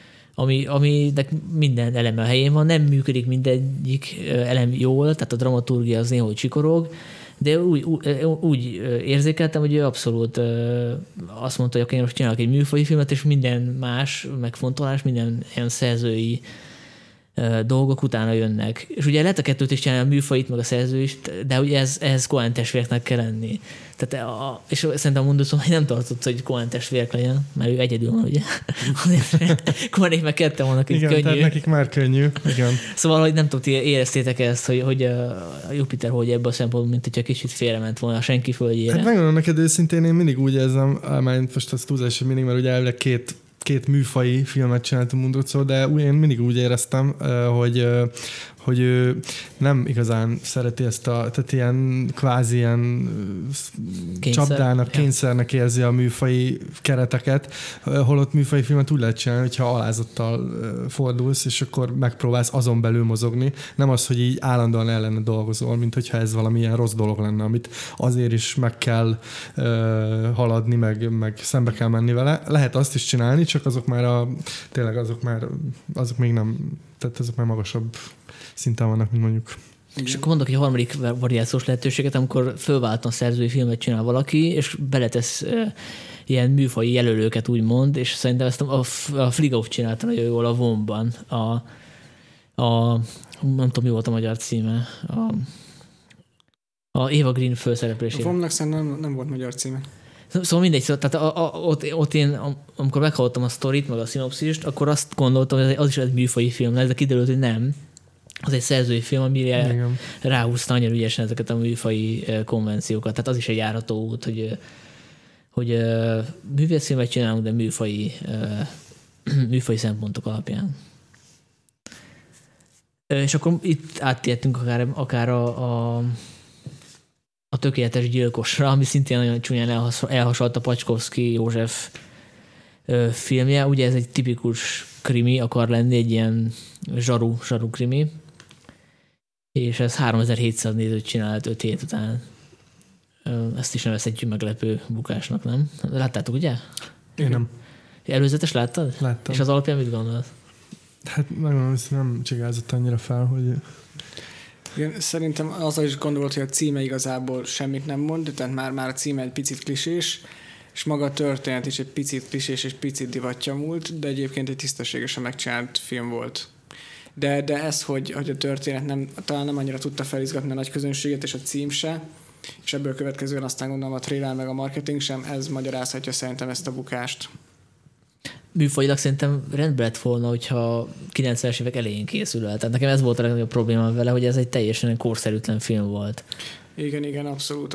aminek minden eleme a helyén van, nem működik mindegyik elem jól, tehát a dramaturgia az néhogy csikorog, de úgy érzékeltem, hogy ő abszolút azt mondta, hogy akkor én most csinálok egy műfaji filmet, és minden más megfontolás, minden ilyen szerzői dolgok utána jönnek. És ugye lehet a kettőt is csinálni, a műfajit, meg a szerzőist, de ugye ez Coen testvérnek kell lenni. Tehát és szerintem a Mundrucó nem tartott, hogy Coen testvérek legyen, mert ő egyedül van, ugye? Coenék meg ketten vannak, igen, könnyű. Tehát nekik már könnyű. Igen. Szóval, hogy nem tudom, ti éreztétek ezt, hogy a Jupiter hogy ebből a szempontból, mint hogyha kicsit félrement volna a senki földjére. Hát megmondom neked őszintén, én mindig úgy érzem, mert most az túlzás, hogy mindig, mert ugye elvileg két műfaji filmet csinált a Mundrucó, de én mindig úgy éreztem, hogy ő nem igazán szereti tehát ilyen kvázi ilyen csapdának, kényszernek érzi a műfaji kereteket, holott műfaji filmet úgy lehet csinálni, hogyha alázattal fordulsz, és akkor megpróbálsz azon belül mozogni. Nem az, hogy így állandóan ellene dolgozol, mint hogyha ez valamilyen rossz dolog lenne, amit azért is meg kell haladni, meg szembe kell menni vele. Lehet azt is csinálni, csak azok már tényleg azok még nem, tehát azok már magasabb szinten vannak, mint mondjuk. És akkor mondok egy harmadik variációs lehetőséget, amikor fölváltan szerzői filmet csinál valaki, és beletesz ilyen műfaji jelölőket, úgymond, és szerintem ezt a Fligov csinálta nagyon jól a Vomban. Nem tudom, mi volt a magyar címe. A Eva Green főszereplésében. A Vomnak szerintem nem volt magyar címe. Szóval mindegy, tehát ott én, amikor meghallottam a sztorit, meg a szinopszist, akkor azt gondoltam, hogy az is egy műfaji film lesz, de kiderült, hogy nem. Az egy szerzői film, amire ráhúzta annyira ügyesen ezeket a műfaji konvenciókat. Tehát az is egy járható út, hogy művészfilmet csinálunk, de műfaji szempontok alapján. És akkor itt áttértünk akár a tökéletes gyilkosra, ami szintén nagyon csúnyán elhasalt a Pacskovszky József filmje. Ugye ez egy tipikus krimi akar lenni, egy ilyen zsaru krimi, és ez 3700 nézőt csinált 5 hét után. Ezt is nevezhetjük meglepő bukásnak, nem? Láttátok, ugye? Én nem. Előzetes láttad? Láttam. És az alapján mit gondolsz? Hát megmondom, hogy nem csigázott annyira fel, hogy... Igen, szerintem azzal is gondolt, hogy a címe igazából semmit nem mond, tehát már a címe egy picit klisés, és maga a történet is egy picit klisés és picit divatja múlt, de egyébként egy tisztességesen megcsinált film volt. De ez, hogy a történet talán nem annyira tudta felizgatni a nagy közönséget, és a cím se, és ebből következően aztán gondolom a trailer meg a marketing sem, ez magyarázhatja szerintem ezt a bukást. Műfajilag szerintem rendben lett volna, hogyha 90-es évek elején készül el. Tehát nekem ez volt a legnagyobb problémám vele, hogy ez egy teljesen korszerűtlen film volt. Igen, abszolút.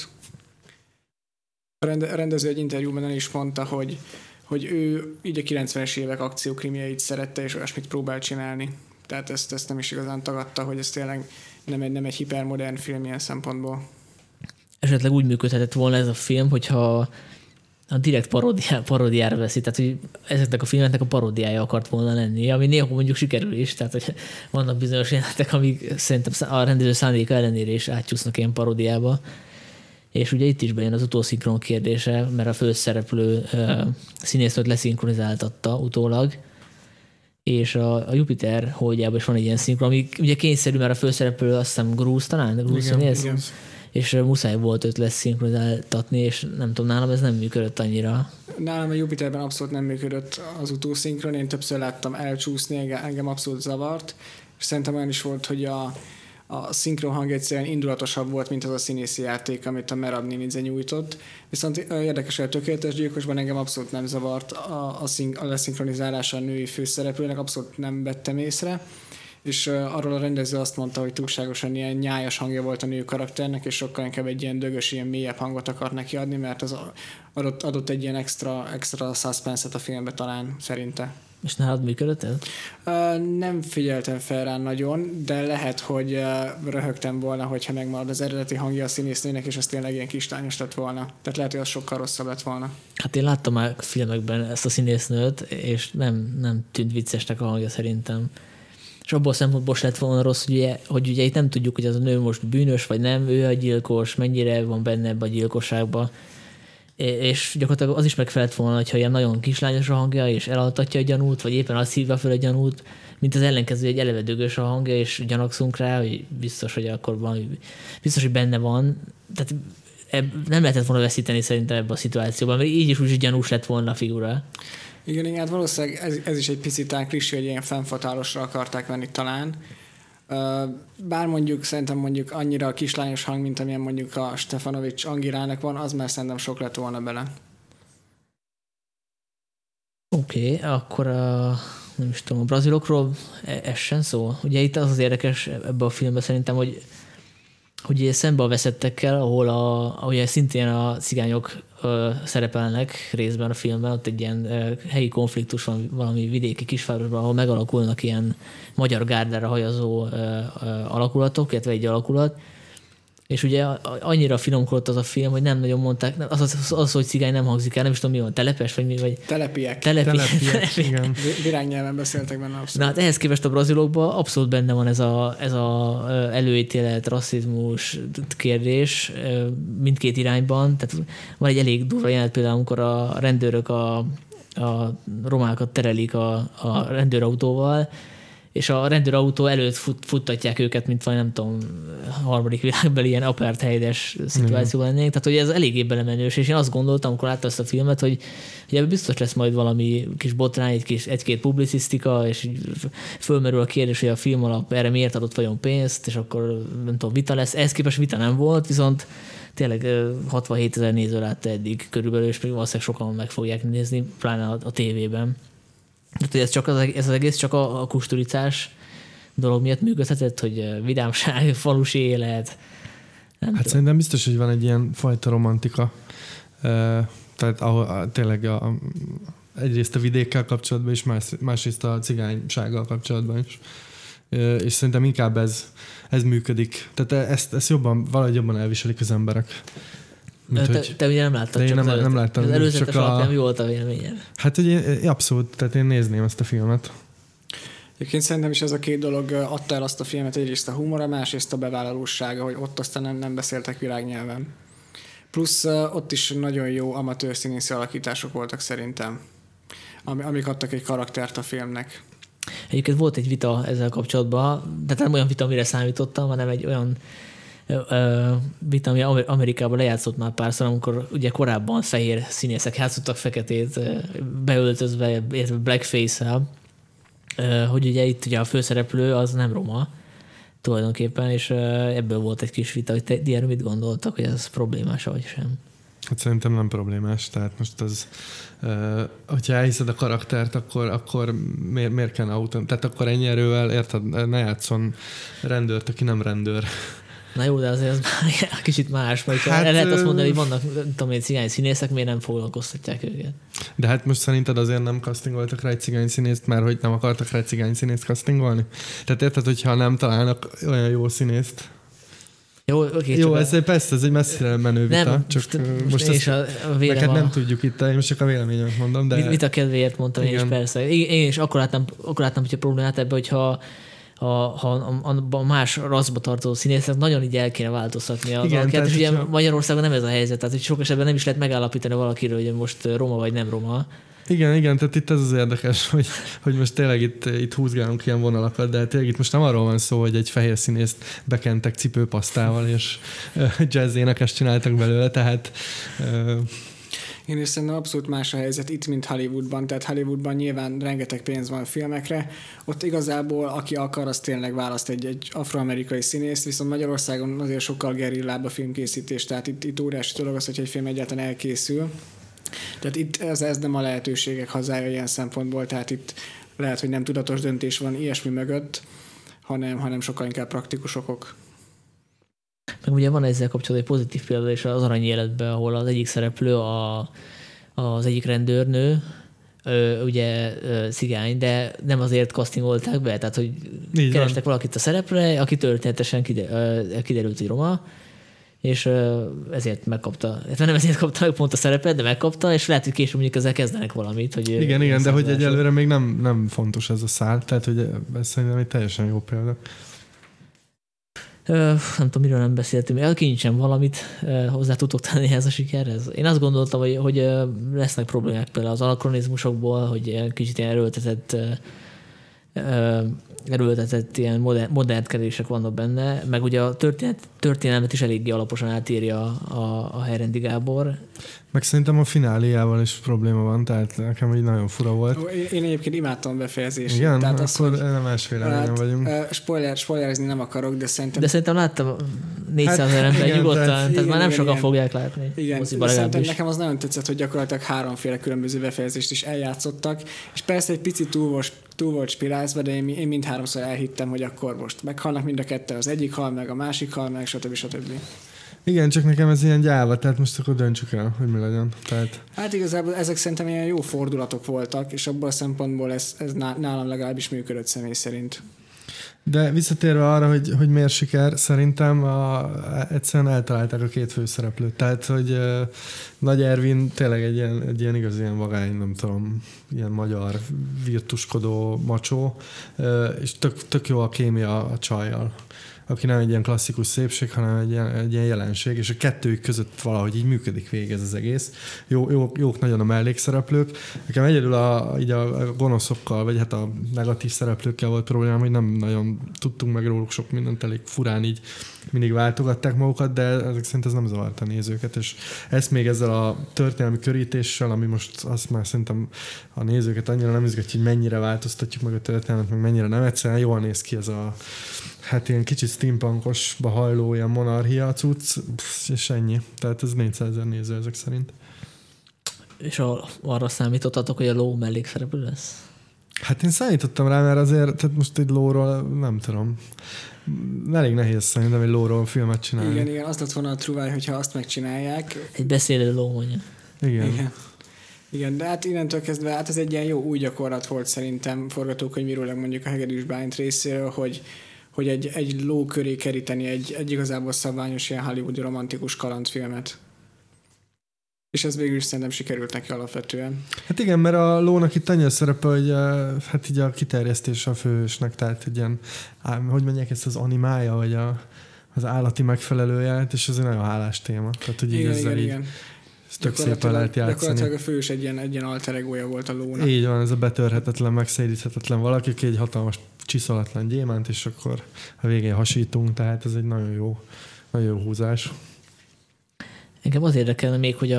A rendező egy interjúban el is mondta, hogy ő így a 90-es évek akciókrimieit szerette, és olyasmit próbál csinálni. Tehát ezt nem is igazán tagadta, hogy ez tényleg nem egy hipermodern film ilyen szempontból. Esetleg úgy működhetett volna ez a film, hogyha direkt paródiára veszi, tehát hogy ezeknek a filmeknek a paródiája akart volna lenni, ami néha mondjuk sikerül is, tehát hogy vannak bizonyos jelenetek, amik szerintem a rendező szándéka ellenére is átcsúsznak ilyen paródiába. És ugye itt is bejön az utószinkron kérdése, mert a főszereplő színésznőt leszinkronizáltatta utólag, és a Jupiter holdjában is van egy ilyen szinkron, ami ugye kényszerű, mert a főszereplő azt hiszem Grúz talán, Grúz színész, és muszáj volt őt leszinkronizáltatni, és nem tudom, nálam ez nem működött annyira. Nálam a Jupiterben abszolút nem működött az utószinkron, én többször láttam elcsúszni, engem abszolút zavart, és szerintem olyan is volt, hogy a szinkron hang egyszerűen indulatosabb volt, mint az a színészi játék, amit a Merab Ninidze nyújtott. Viszont érdekes, hogy a Tökéletes gyilkosban engem abszolút nem zavart a leszinkronizálása a női főszereplőnek, abszolút nem vettem észre. És arról a rendező azt mondta, hogy túlságosan ilyen nyájas hangja volt a nő karakternek, és sokkal inkább egy ilyen dögös, ilyen mélyebb hangot akart neki adni, mert az adott egy ilyen extra suspense-et a filmbe talán, szerinte. És nálad működött ez? Nem figyeltem fel rá nagyon, de lehet, hogy röhögtem volna, hogyha megmarad az eredeti hangja a színésznőnek, és az tényleg ilyen kislányos lett volna. Tehát lehet, hogy az sokkal rosszabb lett volna. Hát én láttam már filmekben ezt a színésznőt, és nem tűnt viccesnek a hangja szerintem. És abból a szempontból lett volna rossz, hogy ugye itt nem tudjuk, hogy az a nő most bűnös, vagy nem, ő a gyilkos, mennyire van benne ebbe a gyilkosságba. És gyakorlatilag az is megfelelt volna, hogyha ilyen nagyon kislányos a hangja, és elaltatja a gyanút, vagy éppen azt hívja fel a gyanút, mint az ellenkező, egy eleve dögös a hangja, és gyanakszunk rá, hogy biztos, hogy akkor van, biztos, hogy benne van. Tehát nem lehetett volna veszíteni szerintem ebben a szituációban, mert így is úgy gyanús lett volna a figura. Igen, hát valószínűleg ez is egy picit klisé, hogy ilyen fennfatálosra akarták venni talán. Bár szerintem mondjuk annyira a kislányos hang, mint amilyen mondjuk a Stefanovics Angirának van, az már szerintem sok lett volna bele. Oké, akkor nem is tudom, a brazilokról essen szó. Ugye itt az érdekes ebben a filmben szerintem, hogy szembe a veszettekkel, ahol ugye szintén a cigányok szerepelnek részben a filmben, ott egy ilyen helyi konfliktus van valami vidéki kisvárosban, ahol megalakulnak ilyen magyar gárdára hajazó alakulatok, illetve egy alakulat, és ugye annyira finomkodott az a film, hogy nem nagyon mondták, az hogy cigány nem hangzik el, nem is tudom mi van, telepes, vagy mi, vagy... Telepiek, igen. Virágnyelven beszéltek benne abszolút. Na hát ehhez képest a brazilokban abszolút benne van ez a előítélet, rasszizmus kérdés mindkét irányban, tehát van egy elég durva jelenet például, amikor a rendőrök a romákat terelik a rendőrautóval, és a rendőrautó előtt futtatják őket, mint vagy nem tudom, harmadik világban ilyen apartheides szituációban lennénk. Tehát, hogy ez eléggé belemenős, és én azt gondoltam, amikor láttam ezt a filmet, hogy ebben biztos lesz majd valami kis botrány, egy-két publicisztika, és fölmerül a kérdés, hogy a film alap erre miért adott vajon pénzt, és akkor nem tudom, vita lesz. Ehhez képest vita nem volt, viszont tényleg 67 000 néző látta eddig körülbelül, és még valószínűleg sokan meg fogják nézni, pláne a tévében. Tehát, hogy ez az egész csak a kusturicás dolog miatt működhetett, hogy vidámság, falusi élet. Hát szerintem biztos, hogy van egy ilyen fajta romantika. Tehát tényleg egyrészt a vidékkel kapcsolatban is, másrészt a cigánysággal kapcsolatban is. És szerintem inkább ez működik. Tehát ezt valahogy jobban elviselik az emberek. Te ugye nem láttad, csak nem láttam. Az előzetes alapján mi volt a véleményed? Hát ugye abszolút, tehát én nézném ezt a filmet. Egyébként szerintem is ez a két dolog adta el azt a filmet, egyrészt a humora, másrészt a bevállalósága, hogy ott aztán nem beszéltek világnyelven. Plusz ott is nagyon jó amatőr színészi alakítások voltak szerintem, amik adtak egy karaktert a filmnek. Egyébként volt egy vita ezzel kapcsolatban, de nem olyan vita, amire számítottam, hanem egy olyan vita, ami Amerikában lejátszott már párszor, amikor ugye korábban fehér színészek játszottak feketét beöltözve, illetve blackface-el, hogy ugye itt ugye a főszereplő az nem roma tulajdonképpen, és ebből volt egy kis vita, hogy te erről mit gondoltak, hogy ez problémás vagy sem? Hát szerintem nem problémás, tehát most az, hogyha elhiszed a karaktert, akkor miért kell autó? Tehát akkor ennyi erővel, érted, ne játszon rendőrt, aki nem rendőr. Na jó, de azért az már kicsit más, mert hát, lehet azt mondani, hogy vannak, tudom én, cigány színészek, miért nem foglalkoztatják őket. De hát most szerinted azért nem castingoltak rá egy cigány színészt, mert hogy nem akartak rá egy cigány színészt castingolni? Tehát érted, hogyha nem találnak olyan jó színészt? Jó, persze, ez egy messzire menő vita, nem, csak most ezt neked nem tudjuk itt, én most csak a véleményemet mondom, de... Vita kedvéért mondtam én is, persze. Én is akkor láttam, hogyha problémát ebbe, hogyha a más raszba tartozó színészek nagyon így el kéne változtatni az alakját, és ugye Magyarországon nem ez a helyzet, tehát hogy sok esetben nem is lehet megállapítani valakiről, hogy most roma vagy nem roma. Igen, tehát itt ez az érdekes, hogy most tényleg itt húzgálunk ilyen vonalakat, de tényleg itt most nem arról van szó, hogy egy fehér színészt bekentek cipőpasztával, és jazz énekest csináltak belőle, tehát... Én is szerintem abszolút más a helyzet itt, mint Hollywoodban. Tehát Hollywoodban nyilván rengeteg pénz van a filmekre. Ott igazából, aki akar, az tényleg választ egy afroamerikai színészt, viszont Magyarországon azért sokkal gerillább a filmkészítés, tehát itt óriási dolog az, hogy egy film egyáltalán elkészül. Tehát itt ez nem a lehetőségek hazája ilyen szempontból, tehát itt lehet, hogy nem tudatos döntés van ilyesmi mögött, hanem sokkal inkább praktikus okok. Meg ugye van ezzel kapcsolatban egy pozitív példa is az Arany Életben, ahol az egyik szereplő az egyik rendőrnő, ugye cigány, de nem azért castingolták be, tehát hogy így kerestek valakit a szerepre, aki történetesen kiderült, hogy roma, és ezért megkapta, nem ezért kapta meg pont a szerepet, de megkapta, és lehet, hogy később mondjuk ezzel kezdenek valamit. Hogy igen, de hogy egyelőre még nem fontos ez a szál, tehát hogy ez szerintem egy teljesen jó példa. Nem tudom, miről nem beszéltünk. Elkincsen valamit hozzá tudtok tenni ehhez a sikerhez. Én azt gondoltam, hogy lesznek problémák például az anakronizmusokból, hogy kicsit ilyen erőltetett ilyen modernkedések vannak benne, meg ugye a történelmet is eléggé alaposan átírja a Herrendi Gábor. Meg szerintem a fináléjával is probléma van, tehát nekem így nagyon fura volt. Én egyébként imádtam a befejezést. Igen, tehát akkor nem másféle vagyunk. Spoilerezni nem akarok, de szerintem... De szerintem láttam 400 000 ember nyugodtan, tehát már nem sokan fogják látni. Igen, szerintem nekem az nagyon tetszett, hogy gyakorlatilag 3 különböző befejezést is eljátszottak, és persze egy picit túl volt spirázva, de én mindháromszor elhittem, hogy akkor most meghalnak mind a ketten, az egyik hal meg, a másik hal meg, stb. Igen, csak nekem ez ilyen gyáva, tehát most akkor döntsük el, hogy mi legyen. Tehát... Hát igazából ezek szerintem ilyen jó fordulatok voltak, és abból a szempontból ez nálam legalábbis működött személy szerint. De visszatérve arra, hogy miért siker, szerintem egyszerűen eltalálták a 2 főszereplőt. Tehát, hogy Nagy Ervin tényleg egy ilyen igazi ilyen vagány, nem tudom, ilyen magyar virtuskodó macsó, és tök jó a kémia a csajjal, aki nem egy ilyen klasszikus szépség, hanem egy ilyen jelenség, és a kettőjük között valahogy így működik végig ez az egész. Jók nagyon a mellékszereplők. Nekem egyedül a gonoszokkal, vagy hát a negatív szereplőkkel volt problémám, hogy nem nagyon tudtunk meg róluk sok mindent, elég furán így mindig váltogatták magukat, de ezek szerint ez nem zavarta a nézőket, és ezt még ezzel a történelmi körítéssel, ami most azt már szerintem a nézőket annyira nem izgatja, hogy mennyire változtatjuk meg a történelmet, meg mennyire nem, egyszerűen jól néz ki ez a hát ilyen kicsit steampunkosba hajló ilyen monarchia cucc, és ennyi. Tehát ez 400 000 néző ezek szerint. És arra számítottatok, hogy a ló mellékszereplő lesz? Hát én számítottam rá, mert azért, tehát most egy lóról nem tudom. Elég nehéz szerintem egy lóról filmet csinálni. Igen, azt lett volna a truváj, hogyha azt megcsinálják. Egy beszélő ló mondja. Igen, de hát innentől kezdve, hát ez egy ilyen jó új gyakorlat volt szerintem forgatókönyvírólag mondjuk a Hegedűs Bálint részéről, hogy egy ló köré keríteni egy igazából szabványos ilyen hollywoodi romantikus kalandfilmet. És ez végül is szerintem sikerült neki alapvetően. Hát igen, mert a lónak itt annyi a szerepe, hogy hát így a kiterjesztés a főhősnek, tehát egy ilyen, hogy mondják ezt, az animája, vagy az állati megfelelője, és ez egy nagyon hálás téma. Tehát, hogy igen. Ez tök szépen lehet játszani. Gyakorlatilag a főhős egy ilyen alter egója volt a lónak. Így van, ez a betörhetetlen, megszédíthetetlen valaki, aki egy hatalmas csiszolatlan gyémánt, és akkor a végén hasítunk, tehát ez egy nagyon jó húzás. Engem az érdekelne még, hogy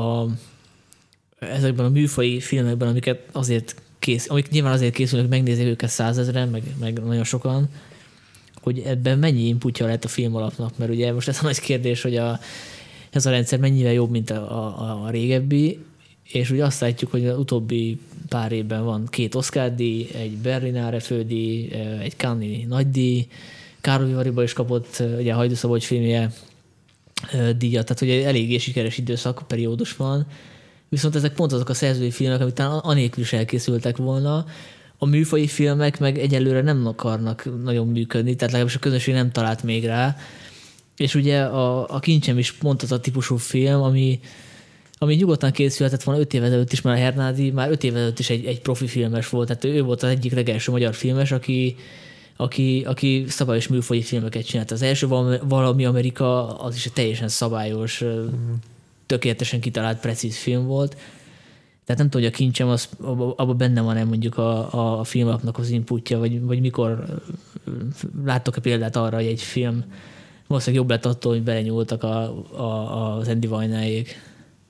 ezekben a műfaji filmekben, amik nyilván azért készülnek, megnézik őket 100 000-en, meg nagyon sokan, hogy ebben mennyi inputja lehet a film alapnak, mert ugye most ez a nagy kérdés, hogy ez a rendszer mennyivel jobb, mint a régebbi, és ugye azt látjuk, hogy az utóbbi pár évben van 2 Oscar-díj, egy Berlinale fődíj, egy Cannes-i nagydíj, Károly-Variba is kapott ugye a Hajdú Szabolcs filmje díjat, tehát ugye eléggé sikeres időszak, periódus van, viszont ezek pont azok a szerzői filmek, amik talán anélkül is elkészültek volna. A műfaji filmek meg egyelőre nem akarnak nagyon működni, tehát legalábbis a közönség nem talált még rá, És ugye a Kincsem is pont az a típusú film, ami nyugodtan készülhetett volna 5 évvel előtt is, mert a Hernádi már 5 évvel előtt is egy profi filmes volt. Tehát ő volt az egyik legelső magyar filmes, aki szabályos műfaji filmeket csinált. Az első Valami Amerika, az is egy teljesen szabályos, tökéletesen kitalált, precíz film volt. Tehát nem tudom, hogy a Kincsem, abban benne van-e mondjuk a filmapnak az inputja, vagy mikor láttok-e példát arra, hogy egy film valószínűleg jobb lett attól, hogy belenyúltak az Andy Vajnáék.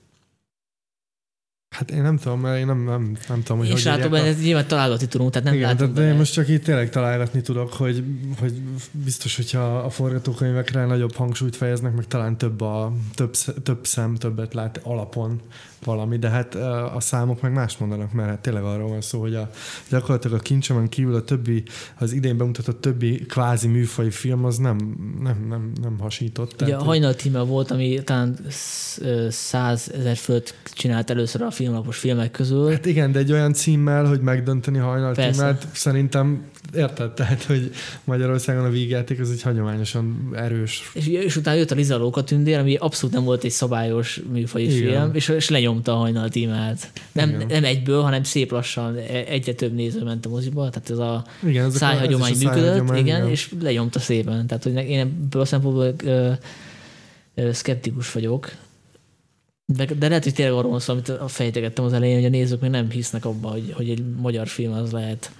Hát én nem tudom, mert én nem tudom, hogy és látom, hogy nyilván találgatni tudunk, tehát nem látom. De én most csak itt tényleg találgatni tudok, hogy biztos, hogyha a forgatókönyvekre nagyobb hangsúlyt fejeznek, meg talán több szem többet lát alapon valami, de hát a számok meg más mondanak, mert hát tényleg arról van szó, hogy gyakorlatilag a Kincsemen kívül a többi, az idén bemutatott többi kvázi műfaji film, az nem hasított. Ugye a Hajnal címe volt, ami talán 100 000 fölött csinált először a filmlapos filmek közül. Hát igen, de egy olyan címmel, hogy megdönteni a Hajnal címet, szerintem érted, tehát, hogy Magyarországon a vígjáték az egy hagyományosan erős. És utána jött a Liza Lóka tündér, ami abszolút nem volt egy szabályos műfaji film, és lenyomta a Hajnal címát. Nem egyből, hanem szép lassan egyre több néző ment a moziba, tehát ez a szájhagyomány működött, igen, és lenyomta szépen. Tehát, hogy én ebből a szempontból szkeptikus vagyok. De lehet, hogy tényleg arról van szó, amit fejtegettem az elején, hogy a nézők még nem hisznek abba, hogy egy magyar film az lehet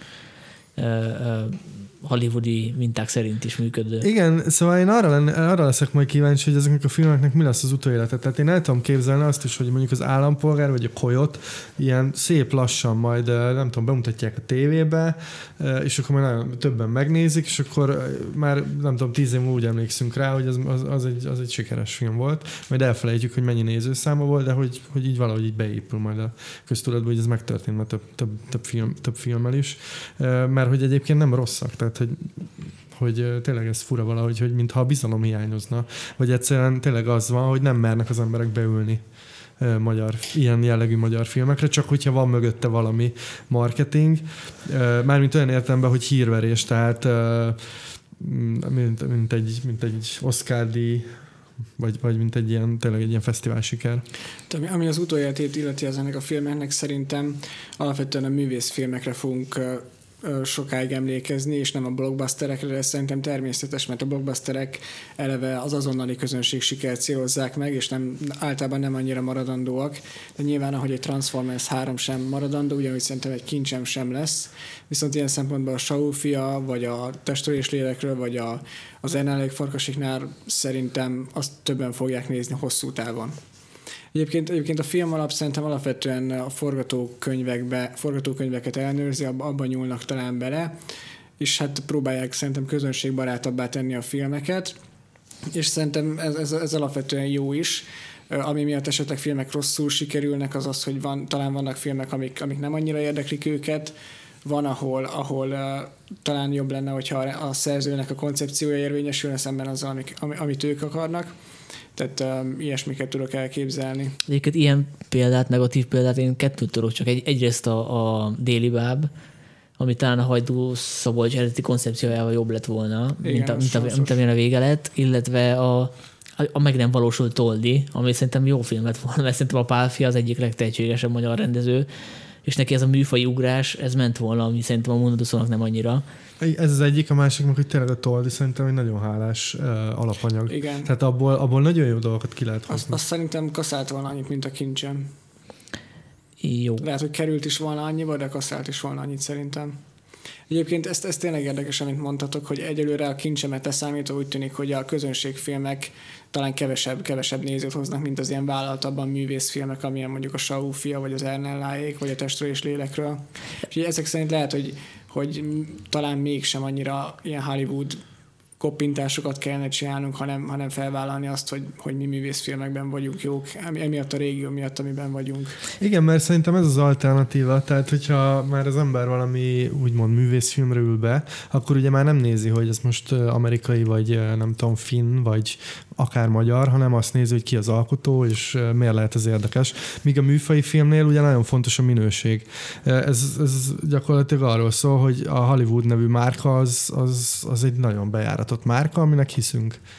hollywoodi minták szerint is működő. Igen, szóval én arra leszek majd kíváncsi, hogy ezeknek a filmeknek mi lesz az utólélete. Tehát én el tudom képzelni azt is, hogy mondjuk az Állampolgár vagy a Coyote ilyen szép lassan majd, nem tudom, bemutatják a tévébe, és akkor majd nagyon többen megnézik, és akkor már nem tudom, 10 év múlva úgy emlékszünk rá, hogy az egy sikeres film volt. Majd elfelejtjük, hogy mennyi nézőszáma volt, de hogy így valahogy így beépül majd a köztudatba, hogy ez megtörtént már több filmmel is. Mert hogy egyébként nem rosszak, tehát hogy tényleg ez fura valahogy, hogy mintha a bizalom hiányozna, vagy egyszerűen tényleg az van, hogy nem mernek az emberek beülni ilyen jellegű magyar filmekre, csak hogyha van mögötte valami marketing, mármint olyan értelemben, hogy hírverés, tehát mint egy Oscar-díj, vagy mint tényleg egy ilyen fesztivál siker. Ami az utóéletét illeti ennek a filmeknek, szerintem alapvetően a művészfilmekre fogunk sokáig emlékezni, és nem a blockbusterekre, de szerintem természetes, mert a blockbusterek eleve az azonnali közönség sikert célozzák meg, és általában nem annyira maradandóak, de nyilván, ahogy egy Transformers 3 sem maradandó, ugyanúgy szerintem egy Kincsem sem lesz, viszont ilyen szempontból a Saul fia, vagy a Testről és lélekről, vagy az Ernállék Farkasiknál szerintem azt többen fogják nézni hosszú távon. Egyébként a film alap szerintem alapvetően a forgatókönyveket ellenőrzi, abban nyúlnak talán bele, és hát próbálják szerintem közönségbarátabbá tenni a filmeket, és szerintem ez alapvetően jó is. Ami miatt esetleg filmek rosszul sikerülnek, az az, hogy talán vannak filmek, amik nem annyira érdeklik őket, van, ahol talán jobb lenne, hogyha a szerzőnek a koncepciója érvényesülne szemben azzal, amit ők akarnak. Tehát ilyesmiket tudok elképzelni. Egyébként ilyen példát, negatív példát én kettőt tudok, csak egyrészt a Déli Báb, ami talán a Hajdú Szabolcs eredeti koncepciójával jobb lett volna, igen, mint amilyen a vége lett, illetve a meg nem valósult Toldi, ami szerintem jó film lett volna, mert szerintem a Pál fia az egyik legtehetségesebb magyar rendező, és neki ez a műfaji ugrás, ez ment volna, ami szerintem a Munduszónak nem annyira. Ez az egyik, a másik meg, hogy tényleg a Toldi szerintem egy nagyon hálás alapanyag. Igen. Tehát abból nagyon jó dolgokat ki lehet hozni. Azt szerintem kaszált volna annyit, mint a Kincsem. Jó. Lehet, hogy került is volna annyiba, de kaszált is volna annyit szerintem. Egyébként ez tényleg érdekes, amit mondtatok, hogy egyelőre a Kincsemet leszámítva úgy tűnik, hogy a közönségfilmek talán kevesebb nézőt hoznak, mint az ilyen vállaltabban művészfilmek, amilyen mondjuk a Saul fia, vagy az Ernelláék, vagy a Testről és lélekről. És ezek szerint lehet, hogy talán mégsem annyira ilyen Hollywood koppintásokat kellene csinálnunk, hanem felvállalni azt, hogy mi művészfilmekben vagyunk jók, emiatt a régió miatt, amiben vagyunk. Igen, mert szerintem ez az alternatíva, tehát hogyha már az ember valami úgymond művészfilmre ül be, akkor ugye már nem nézi, hogy ez most amerikai, vagy nem tudom, finn, vagy akár magyar, hanem azt nézi, hogy ki az alkotó, és miért lehet ez érdekes. Míg a műfaji filmnél ugye nagyon fontos a minőség. Ez gyakorlatilag arról szól, hogy a Hollywood nevű márka az egy nagyon bejáratott márka, aminek hiszünk.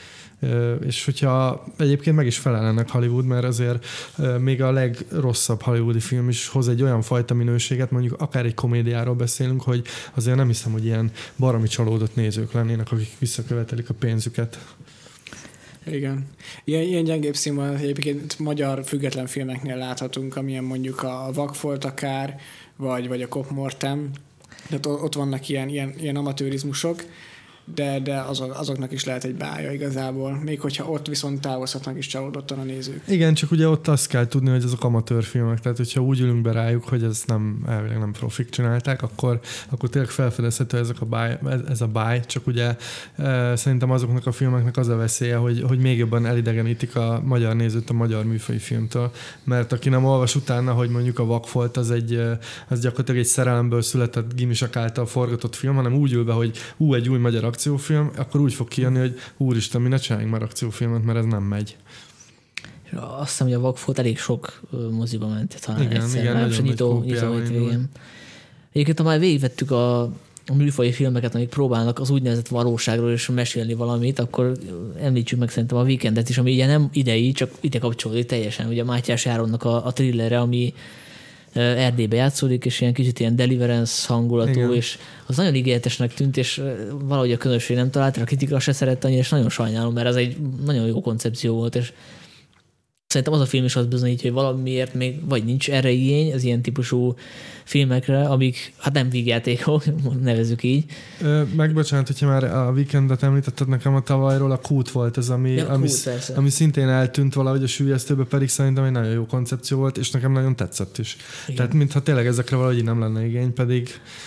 És hogyha egyébként meg is felelnek Hollywood, mert azért még a legrosszabb hollywoodi film is hoz egy olyan fajta minőséget, mondjuk akár egy komédiáról beszélünk, hogy azért nem hiszem, hogy ilyen baromi csalódott nézők lennének, akik visszakövetelik a pénzüket. Igen. Ilyen gyengébb színvonal egyébként magyar független filmeknél láthatunk, amilyen mondjuk a Vakfolt akár, vagy a Cop Mortem. Tehát ott vannak ilyen amatőrizmusok, de azoknak is lehet egy bája igazából. Még hogyha ott viszont távozhatnak is csalódottan a nézők. Igen, csak ugye ott azt kell tudni, hogy azok amatőrfilmek, tehát hogyha úgy ülünk be rájuk, hogy ez elvileg nem profik csinálták, akkor tényleg felfedezhető ez a báj, csak ugye szerintem azoknak a filmeknek az a veszélye, hogy még jobban elidegenítik a magyar nézőt a magyar műfaji filmtől, mert aki nem olvas utána, hogy mondjuk a Vakfolt az gyakorlatilag egy szerelemből született gimisak által forgatott film, hanem úgy ül be, hogy egy új magyar akciófilm, akkor úgy fog kijönni, hogy úristen, mi ne csináljunk már akciófilmet, mert ez nem megy. Azt hiszem, hogy a Vakfolt elég sok moziba ment talán igen, nagyon nagy kópiával indul. Egyébként, ha már végigvettük a műfaji filmeket, amik próbálnak az úgynevezett valóságról is mesélni valamit, akkor említsük meg szerintem a Weekendet is, ami ugye nem idei, csak ide kapcsolódik teljesen. Ugye Mátyás Áronnak a thrillere, ami Erdélybe játszódik, és ilyen kicsit ilyen Deliverance hangulatú, igen. És az nagyon ígéretesnek tűnt, és valahogy a közönség nem talált, a kritika se szerette annyira, és nagyon sajnálom, mert ez egy nagyon jó koncepció volt, és szerintem az a film is azt bizonyítja, hogy valamiért még vagy nincs erre igény, az ilyen típusú filmekre, amik hát nem vígjátékok, nevezzük így. Megbocsánat, hogyha már a Weekendet említetted nekem, a tavalyról a Kút volt ez, ami szintén eltűnt valahogy a süllyesztőbe, pedig szerintem egy nagyon jó koncepció volt, és nekem nagyon tetszett is. Igen. Tehát mintha tényleg ezekre valahogy nem lenne igény, pedig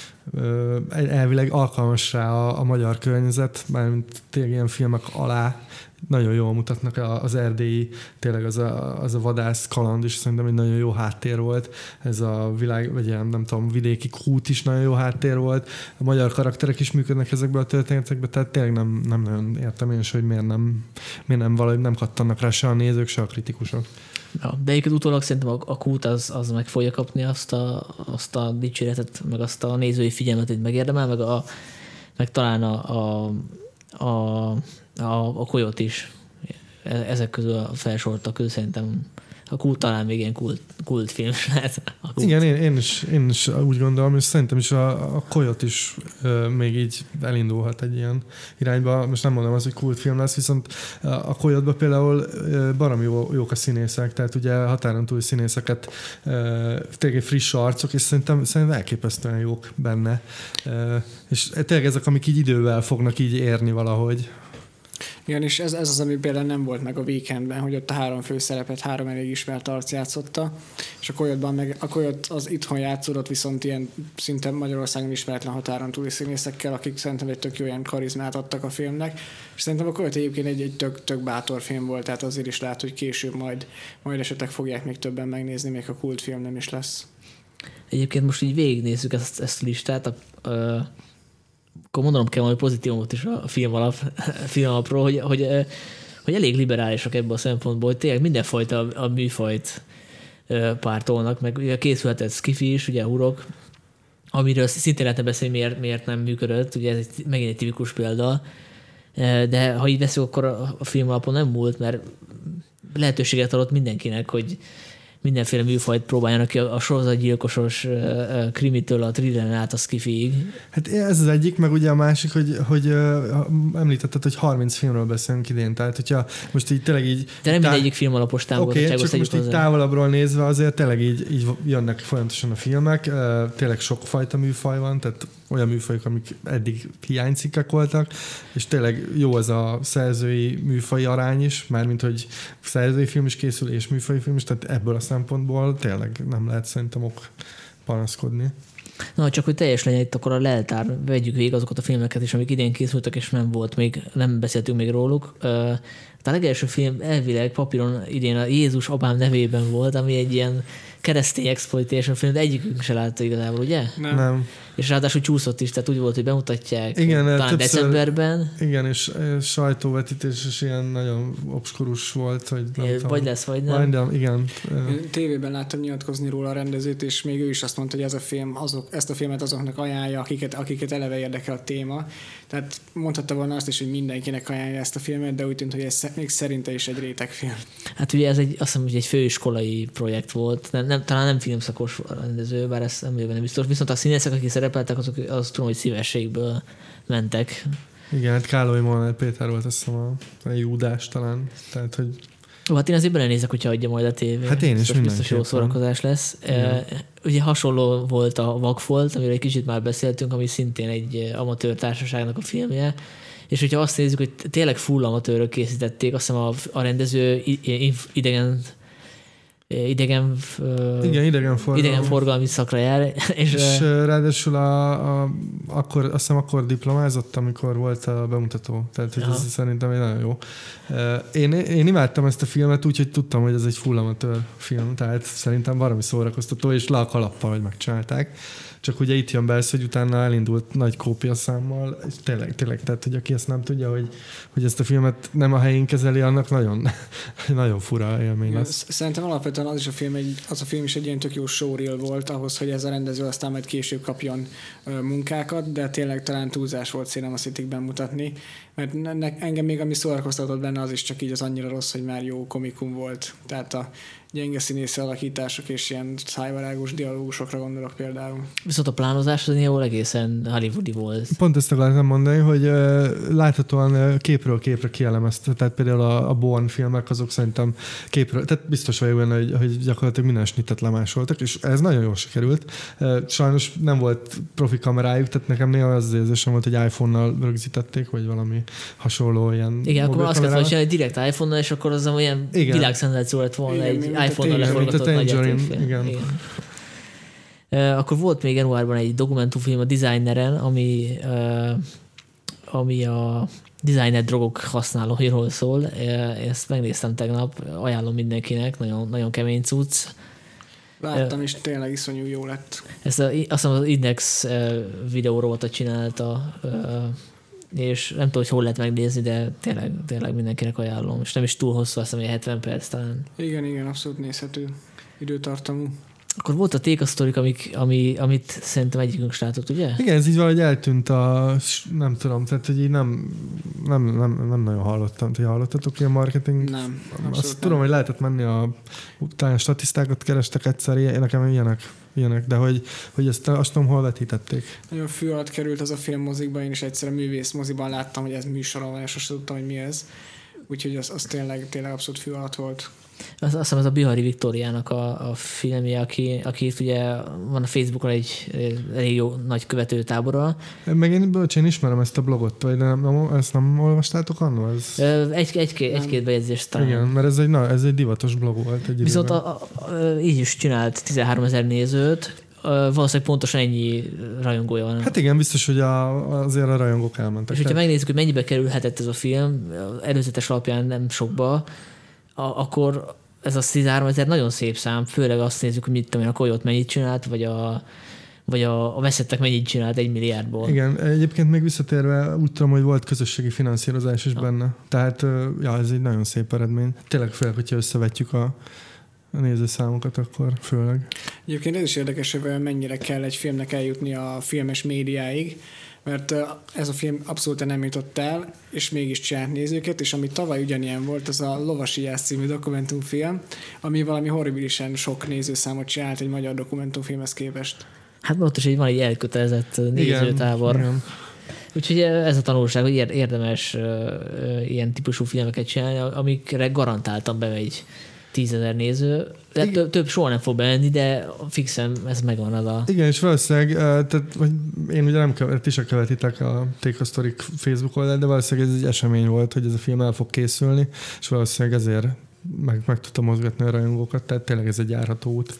elvileg alkalmas rá a magyar környezet, mármint tényleg ilyen filmek alá nagyon jól mutatnak az erdélyi, tényleg az a vadász kaland is szerintem egy nagyon jó háttér volt. Ez a világ, vagy nem tudom, vidéki kút is nagyon jó háttér volt. A magyar karakterek is működnek ezekben a történetekben, tehát tényleg nem nagyon értem én is, hogy miért nem valahogy nem kattannak rá se a nézők, se a kritikusok. Ja, de egyébként utólag szerintem a kút az meg fogja kapni azt a dicséretet, meg azt a nézői figyelmet, hogy megérdemel, meg talán a Coyote is. Ezek közül a felsoroltak közül szerintem a Kult talán még ilyen kultfilm lehet. Igen, én is úgy gondolom, és szerintem is a Coyote is még így elindulhat egy ilyen irányba. Most nem mondom azt, hogy kultfilm lesz, viszont a Coyote-ban például baromi jók a színészek, tehát ugye határon túli színészeket tényleg friss arcok, és szerintem elképesztően jók benne. És tényleg ezek, amik így idővel fognak így érni valahogy. Igen, és ez az, ami például nem volt meg a Weekendben, hogy ott a 3 főszerepet 3 elég ismert arc játszotta, és a Coyote az itthon játszódott, viszont ilyen szinte Magyarországon ismeretlen határon túli színészekkel, akik szerintem egy tök jó ilyen karizmát adtak a filmnek, és szerintem a Coyote egyébként egy tök bátor film volt, tehát azért is lehet, hogy később majd esetleg fogják még többen megnézni, még a kultfilm nem is lesz. Egyébként most így végignézzük ezt a listát, akkor mondanom kell valami pozitívumot is a film alapról, hogy elég liberálisak ebből a szempontból, hogy tényleg mindenfajta a műfajt pártolnak, meg ugye készülhetett skifi is, ugye Urok, amiről szintén lehetne beszélni, miért nem működött, ugye ez megint egy tipikus példa, de ha így veszünk, akkor a film alapon nem múlt, mert lehetőséget adott mindenkinek, hogy mindenféle műfajt próbáljanak ki a sorozatgyilkosos krimitől a thrilleren át a skifiig. Hát ez az egyik, meg ugye a másik, hogy említetted, hogy 30 filmről beszélünk idén, tehát hogyha most így tényleg így... De nem mindegyik film alapos támogatottságos. Oké, csak most így távolabbról nézve azért tényleg így jönnek folyamatosan a filmek, tényleg sokfajta műfaj van, tehát olyan műfajok, amik eddig hiánycikkek voltak, és tényleg jó ez a szerzői műfaj arány is, mármint hogy szerzői film is készül, és műfaj film is, tehát ebből a szempontból tényleg nem lehet szerintem panaszkodni. Na, csak hogy teljes legyen itt, akkor a leltár, vegyük végig azokat a filmeket is, amik idén készültek, és nem beszéltünk még róluk. a legelső film elvileg papíron idén a Jézus apám nevében volt, ami egy ilyen keresztény exploitation film, de egyikünk se látta igazából, ugye? Nem. És ráadásul csúszott is, tehát úgy volt, hogy bemutatják igen, talán decemberben. Igen, és sajtóvetítés is ilyen nagyon obskurus volt, hogy nem vagy tudom. lesz, vagy nem. Majdnem, igen. Tévében láttam nyilatkozni róla a rendezőt, és még ő is azt mondta, hogy ezt a filmet azoknak ajánlja, akiket eleve érdekel a téma. Tehát mondhatta volna azt is, hogy mindenkinek ajánlja ezt a filmet, de úgy tűnt, hogy ez még szerinte is egy rétegfilm. Hát ugye ez azt hiszem, hogy egy főiskolai projekt volt, talán nem filmszakos rendező, bár ez nem biztos, viszont a színészek, akik szerepeltek, azok tudom, hogy szívességből mentek. Igen, hát Káloly Molnár Péter volt, azt hiszem a Júdás talán, tehát hogy... Hát én azért belenézek, hogyha adja majd a tévé. Hát én is biztos jó szórakozás lesz. Ugye hasonló volt a Vagfolt, amiről egy kicsit már beszéltünk, ami szintén egy amatőr társaságnak a filmje, és hogyha azt nézzük, hogy tényleg full amatőrök készítették, azt hiszem a rendező idegenforgalmi szakra jár. És ráadásul azt hiszem akkor diplomázott, amikor volt a bemutató. Tehát hogy ez szerintem egy nagyon jó. Én imádtam ezt a filmet úgy, hogy tudtam, hogy ez egy full amatőr film, tehát szerintem valami szórakoztató, és le a kalappal, hogy megcsinálták. Csak ugye itt jön be ez, hogy utána elindult nagy kópiaszámmal, és tényleg, tehát hogy aki ezt nem tudja, hogy ezt a filmet nem a helyén kezeli, annak nagyon, nagyon fura élmény lesz. Szerintem alapvetően az a film is egy ilyen tök jó showreel volt ahhoz, hogy ez a rendező aztán majd később kapjon munkákat, de tényleg talán túlzás volt Cinema City-ben mutatni, mert engem még ami szórakoztatott benne, az is csak így az annyira rossz, hogy már jó komikum volt. Tehát a gyenge színészi alakítások és ilyen szájvarágos dialógusokra gondolok például. Viszont a plánozás az jól egészen hollywoodi volt. Pont ezt akartam mondani, hogy láthatóan képről képre kielemezte, tehát például a Bourne filmek azok szerintem képről, tehát biztos vagyok benne, hogy gyakorlatilag minden snittet lemásoltak, és ez nagyon jól sikerült. Sajnos nem volt profi kamerájuk, tehát nekem néha az érzésem volt, hogy iPhone-nal rögzítették, vagy valami hasonló ilyen. Igen, akkor azt kellett volna direkt iPhone-nal, és akkor az olyan világszenzáció lett volna egy iPhone-nal leforgatott nagy játékfilm. Igen. Akkor volt még januárban egy dokumentumfilm a Designeren, ami a designer drogok használóiról szól. Ezt megnéztem tegnap, ajánlom mindenkinek, nagyon, nagyon kemény cucc. Láttam, és tényleg iszonyú jó lett. Ezt azt hiszem az Index videórovatot csinálta, és nem tudom, hogy hol lehet megnézni, de tényleg mindenkinek ajánlom. És nem is túl hosszú, azt hiszem, 70 perc talán. Igen, abszolút nézhető időtartamú. Akkor volt a Take a Story, amit szerintem egyikünk se látott, ugye? Igen, ez így valahogy eltűnt nem tudom, tehát hogy így nem nagyon hallottam. Ti hallottatok ilyen marketing? Nem. Azt tudom, hogy lehetett menni talán statisztákat kerestek egyszer, nekem ilyenek, de hogy ezt azt tudom, hol vetítették. Nagyon fű alatt került az a film mozikban, én is egyszer a művész moziban láttam, hogy ez műsoron van, és azt tudtam, hogy mi ez. Úgyhogy az tényleg abszolút fű alatt volt. Azt hiszem, ez a Bihari Viktóriának a filmje, aki ugye van a Facebookon egy elég jó nagy követőtábora. Meg én ismerem ezt a blogot, vagy ezt nem olvastátok annól? Egy-két bejegyzést talán. Igen, mert ez egy divatos blog volt. Viszont így is csinált 13 000 nézőt, valószínűleg pontosan ennyi rajongója van. Hát igen, biztos, hogy azért a rajongók elmentek. És hogyha megnézzük, hogy mennyibe kerülhetett ez a film, előzetes alapján nem sokba, akkor ez a 13 000 nagyon szép szám, főleg azt nézzük, hogy mit tudom én, a Coyote mennyit csinált, vagy a Veszettek mennyit csinált 1 milliárdból. Igen, egyébként még visszatérve úgy tudom, hogy volt közösségi finanszírozás is benne. Tehát ez egy nagyon szép eredmény. Tényleg főleg, hogyha összevetjük a nézőszámokat, akkor főleg. Egyébként ez is érdekes, hogy mennyire kell egy filmnek eljutni a filmes médiáig, mert ez a film abszolút nem jutott el, és mégis csinált nézőket, és ami tavaly ugyanilyen volt, az a Lovasíjász című dokumentumfilm, ami valami horribilisen sok nézőszámot csinált egy magyar dokumentumfilmhez képest. Hát ott is van egy elkötelezett nézőtábor. Igen. Úgyhogy ez a tanulság, hogy érdemes ilyen típusú filmeket csinálni, amikre garantáltan bemegy 10 000 néző. Több soha nem fog bemenni, de fixen ez megvan az a... Igen, és valószínűleg, én ugye ti se követitek a Take a Story Facebook oldalt, de valószínűleg ez egy esemény volt, hogy ez a film el fog készülni, és valószínűleg ezért meg tudta mozgatni a rajongókat, tehát tényleg ez egy járható út.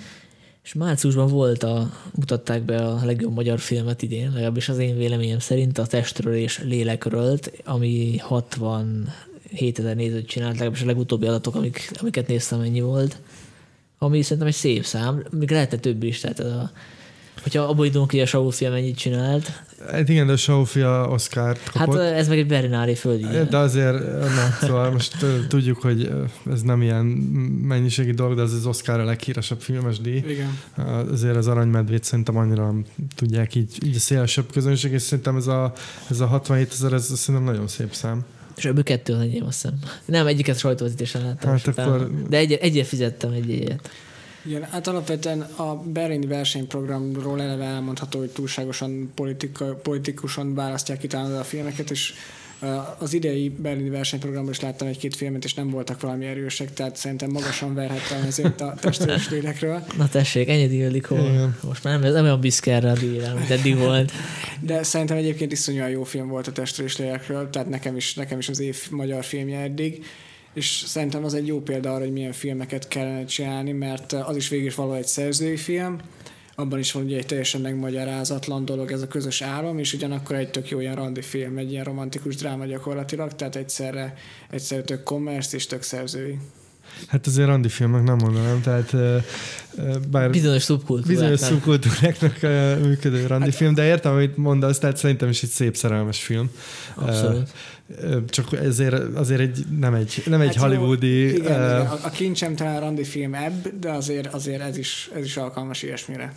És márciusban mutatták be a legjobb magyar filmet idén, legalábbis az én véleményem szerint, a Testről és Lélekről, ami 60 7000 nézőt csinált, legalábbis a legutóbbi adatok, amiket néztem, ennyi volt. Ami szerintem egy szép szám, még lehetne több is, tehát hogyha abból indulunk, hogy a Saul-fia mennyit csinált. Hát igen, de a Saul-fia Oscart kapott. Hát ez meg egy Berlinale földi. De azért, szóval most tudjuk, hogy ez nem ilyen mennyiségi dolog, de ez az Oscar a leghíresebb filmes díj. Igen. Azért az Aranymedvét szerintem annyira nem tudják így a szélesebb közönség, és szerintem ez a 67 000, ez szerintem nagyon szép szám. És ebből 2 az enyém, azt hiszem. Nem, egyiket sajtóvezetésen láttam. Hát akkor... De egyet fizettem, egyet. Igen, hát alapvetően a berlini versenyprogramról eleve elmondható, hogy túlságosan politikusan választják ki talán a filmeket, és az idei berlini versenyprogramban is láttam egy-két filmet, és nem voltak valami erősek, tehát szerintem magasan verhettem ezért a Testről és Lélekről. Na tessék, ennyi Ildikó. Most már nem olyan büszke erre a díjra, mint eddig volt. De szerintem egyébként iszonyúan jó film volt a Testről és Lélekről, tehát nekem is az év magyar filmje eddig, és szerintem az egy jó példa arra, hogy milyen filmeket kellene csinálni, mert az is végül is való egy szerzői film, abban is van ugye egy teljesen megmagyarázatlan dolog, ez a közös álom, és ugyanakkor egy tök jó ilyen randi film, egy ilyen romantikus dráma gyakorlatilag, tehát egyszerre tök commerce és tök szerzői. Hát azért randi filmek nem mondanám, tehát bár bizonyos szubkultúráknak működő randi film, de értem, amit mondasz, tehát szerintem is egy szép szerelmes film. Abszolút. Csak azért nem egy hát hollywoodi... Igen, a kincsem talán randi film de azért ez is alkalmas ilyesmire.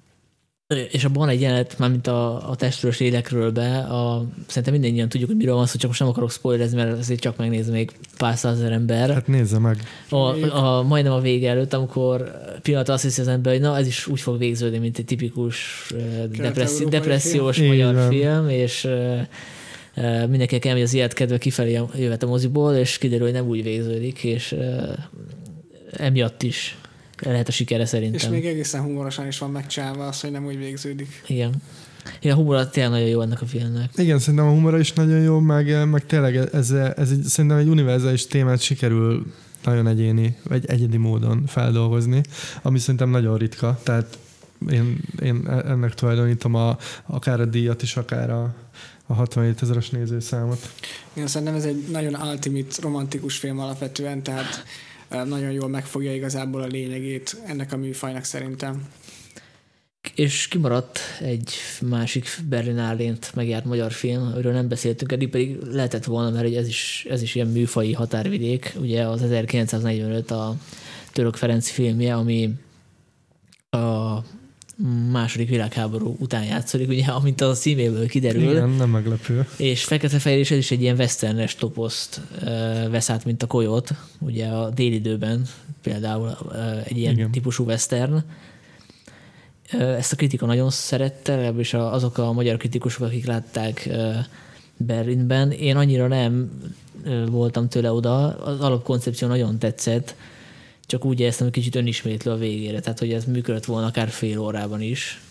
És abban van egy jelenet, mármint a Testről és Lélekről szerintem mindannyian tudjuk, hogy miről van szó, csak most nem akarok spoilerezni, mert azért csak megnézni még pár százezer ember. Hát nézze meg. Majdnem a vége előtt, amikor pillanat azt hiszi az ember, hogy na, ez is úgy fog végződni, mint egy tipikus depressziós magyar film, és mindenkinek elmegy az életkedve, kifelé jöhet a moziból, és kiderül, hogy nem úgy végződik, és emiatt is lehet a sikere szerintem. És még egészen humorosan is van megcsinálva az, hogy nem úgy végződik. Igen. Igen, a humora tényleg nagyon jó ennek a filmnek. Igen, szerintem a humora is nagyon jó, meg tényleg ez szerintem egy univerzális témát sikerül nagyon egyéni, vagy egyedi módon feldolgozni, ami szerintem nagyon ritka. Tehát én ennek tulajdonítom akár a díjat is, akár a 67 000-es nézőszámot. Én szerintem ez egy nagyon ultimate romantikus film alapvetően, tehát nagyon jól megfogja igazából a lényegét ennek a műfajnak szerintem. És kimaradt egy másik Berlinálét megjárt magyar film, amiről nem beszéltünk, eddig pedig lehetett volna, mert ez is ilyen műfaji határvidék. Ugye az 1945 a Török Ferenc filmje, ami a második világháború után játszik, ugye, amint a címéből kiderül. Igen, nem meglepő. És fekete-fehér is ez is egy ilyen westernes toposzt vesz át, mint a Coyote, ugye a délidőben például egy ilyen igen. típusú western. Ezt a kritika nagyon szerette, legalábbis azok a magyar kritikusok, akik látták Berlinben. Én annyira nem voltam tőle oda, az alapkoncepció nagyon tetszett, csak úgy éreztem, hogy kicsit önismétlő a végére, tehát hogy ez működött volna akár fél órában is.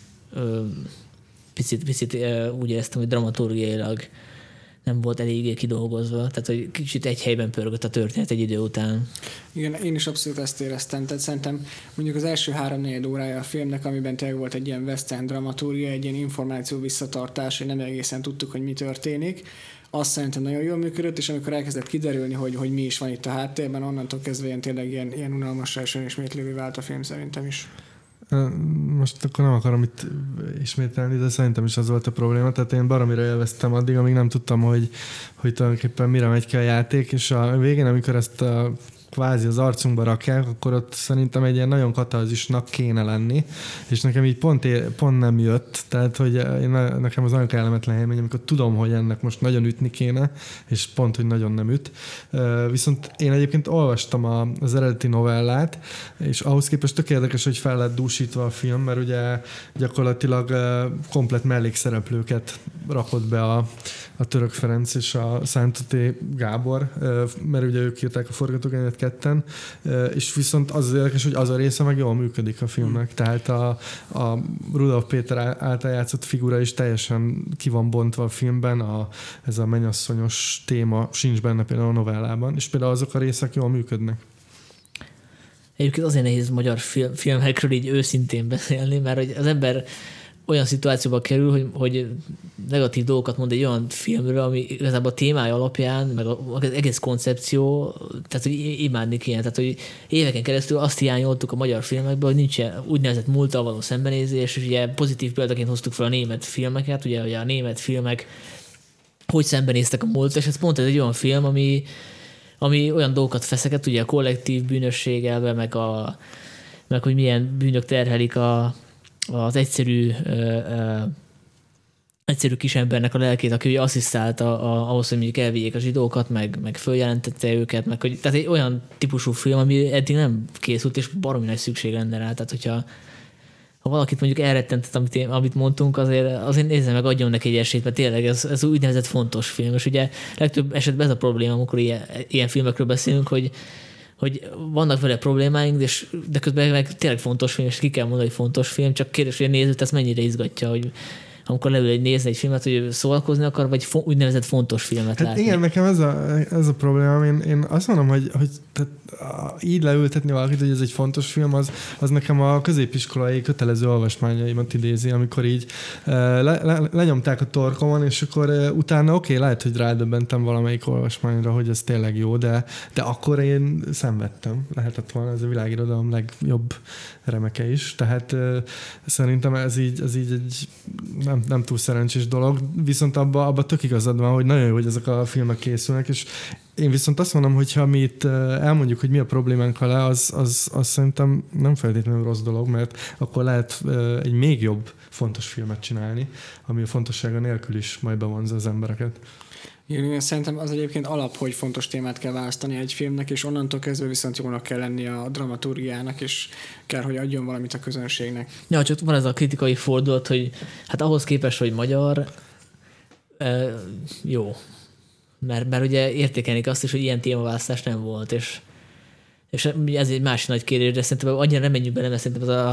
Picit úgy éreztem, hogy dramaturgiailag nem volt eléggé kidolgozva, tehát hogy kicsit egy helyben pörgött a történet egy idő után. Igen, én is abszolút ezt éreztem, tehát szerintem mondjuk az első 3-4 órája a filmnek, amiben tényleg volt egy ilyen western dramaturgia, egy ilyen információ visszatartás, hogy nem egészen tudtuk, hogy mi történik, azt szerintem nagyon jól működött, és amikor elkezdett kiderülni, hogy mi is van itt a háttérben, onnantól kezdve tényleg ilyen unalmassá és önismétlővé vált a film szerintem is. Most akkor nem akarom itt ismételni, de szerintem is az volt a probléma. Tehát én baromira élveztem addig, amíg nem tudtam, hogy tulajdonképpen mire megy ki a játék, és a végén, amikor ezt kvázi az arcunkba rakják, akkor ott szerintem egy ilyen nagyon katalzisnak kéne lenni, és nekem így pont nem jött, tehát hogy nekem az nagyon kellemetlen élmény, amikor tudom, hogy ennek most nagyon ütni kéne, és pont, hogy nagyon nem üt. Viszont én egyébként olvastam az eredeti novellát, és ahhoz képest tök érdekes, hogy fel lett dúsítva a film, mert ugye gyakorlatilag komplett mellékszereplőket rakott be a Török Ferenc és a Szántóté Gábor, mert ugye ők írták a forgatókönyvet ketten, és viszont az érdekes, hogy az a része meg jól működik a filmnek. Tehát a Rudolf Péter által játszott figura is teljesen ki van bontva a filmben, ez a mennyasszonyos téma sincs benne például a novellában, és például azok a részek jól működnek. Egyébként azért nehéz magyar filmekről így őszintén beszélni, mert hogy az ember olyan szituációba kerül, hogy negatív dolgokat mond egy olyan filmről, ami igazából a témája alapján, meg az egész koncepció, tehát hogy imádni kéne. Tehát, hogy éveken keresztül azt hiányoltuk a magyar filmekből, hogy nincs úgynevezett múlttal való szembenézés, és ugye pozitív példaként hoztuk fel a német filmeket, ugye a német filmek hogy szembenéztek a múlt, és ez pont egy olyan film, ami olyan dolgokat feszeget, ugye a kollektív bűnösségelve, meg hogy milyen bűnök terhelik az egyszerű kisembernek a lelkét, aki ugye asszisztálta ahhoz, hogy mondjuk elvigyék a zsidókat, meg följelentette őket, tehát egy olyan típusú film, ami eddig nem készült, és baromi nagy szükség lenne rá. Tehát, hogyha valakit mondjuk elrettentett, amit mondtunk, azért nézze meg, adjon neki egy esélyt, mert tényleg ez úgynevezett fontos film. És ugye legtöbb esetben ez a probléma, amikor ilyen filmekről beszélünk, hogy vannak vele problémáink, de közben meg tényleg fontos film, és ki kell mondani, hogy fontos film, csak kérdés, hogy a nézőt ezt mennyire izgatja, hogy amikor leül nézni egy filmet, hogy szórakozni akar, vagy úgynevezett fontos filmet látni. Igen, nekem ez a probléma. Én azt mondom, hogy tehát, így leültetni valakit, hogy ez egy fontos film, az nekem a középiskolai kötelező olvasmányaimat idézi, amikor így lenyomták a torkomon, és akkor utána lehet, hogy rádöbbentem valamelyik olvasmányra, hogy ez tényleg jó, de akkor én szenvedtem. Lehetett volna ez a világirodalom legjobb remeke is. Tehát szerintem ez így egy nem túl szerencsés dolog, viszont abba tök igazad van, hogy nagyon jó, hogy ezek a filmek készülnek, és én viszont azt mondom, hogy ha mi itt elmondjuk, hogy mi a problémánk vele, az szerintem nem feltétlenül rossz dolog, mert akkor lehet egy még jobb fontos filmet csinálni, ami a fontossága nélkül is majd bevonza az embereket. Én szerintem az egyébként alap, hogy fontos témát kell választani egy filmnek, és onnantól kezdve viszont jónak kell lenni a dramaturgiának, és kell, hogy adjon valamit a közönségnek. Ja, csak van ez a kritikai fordulat, hogy hát ahhoz képest, hogy magyar, jó. Mert ugye értékelnék azt is, hogy ilyen témaválasztás nem volt, és ez egy másik nagy kérdés, de szerintem annyira nem menjünk bele, mert szerintem az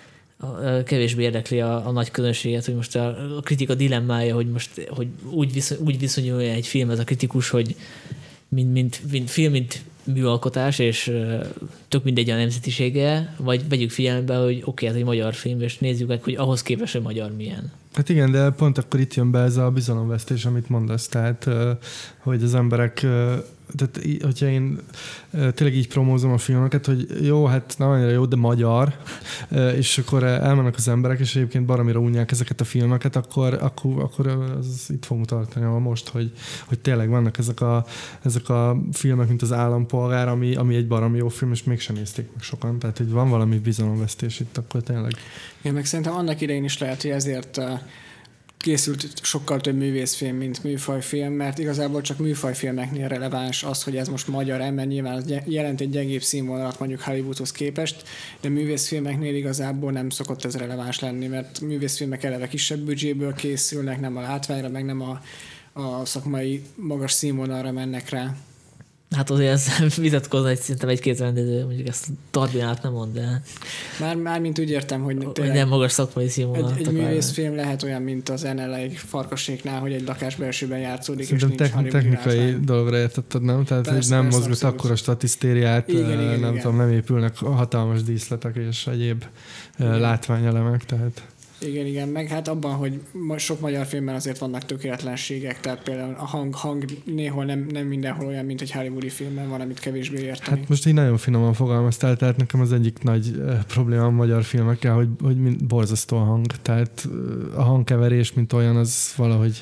kevésbé érdekli a nagy közönséget, hogy most a kritika dilemmája, hogy úgy viszonyulja egy film ez a kritikus, hogy mint film, mint műalkotás, és tök mindegy a nemzetisége, vagy vegyük figyelembe, hogy ez egy magyar film, és nézzük meg, hogy ahhoz képest, hogy magyar milyen. Hát igen, de pont akkor itt jön be ez a bizalomvesztés, amit mondasz, tehát hogy az emberek, tehát hogyha én tényleg így promózom a filmeket, hogy jó, hát nem annyira jó, de magyar, és akkor elmennek az emberek, és egyébként baromira unják ezeket a filmeket, akkor az itt fogunk tartani most, hogy tényleg vannak ezek a filmek, mint az Állampolgár, ami egy baromi jó film, és mégsem nézték meg sokan, tehát hogy van valami bizalomvesztés itt, akkor tényleg. Én meg szerintem annak idején is lehet, hogy ezért készült sokkal több művészfilm, mint műfajfilm, mert igazából csak műfajfilmeknél releváns az, hogy ez most magyar ember, nyilván az jelent egy gyengébb színvonalat mondjuk Hollywoodhoz képest, de művészfilmeknél igazából nem szokott ez releváns lenni, mert művészfilmek eleve kisebb büdzséből készülnek, nem a látványra, meg nem a szakmai magas színvonalra mennek rá. Hát azért ez vitatkozna szerintem egy-két rendező, mondjuk ezt Tarbinát nem mond, de... Már mint úgy értem, hogy tényleg nem magas szakmai színvonal. Egy művészfilm lehet olyan, mint az NL egy Farkasséknál, hogy egy lakás belsőben játszódik, szerintem és nincs technikai dologra értetted, nem? Tehát, persze, hogy nem mozgat akkora statisztériát, igen. Tudom, nem épülnek hatalmas díszletek és egyéb látványelemek, tehát... Igen, meg hát abban, hogy sok magyar filmben azért vannak tökéletlenségek, tehát például a hang néhol nem mindenhol olyan, mint egy hollywoodi filmben van, amit kevésbé érteni. Hát most így nagyon finoman fogalmaztál, tehát nekem az egyik nagy probléma a magyar filmekkel, hogy borzasztó a hang, tehát a hangkeverés, mint olyan, az valahogy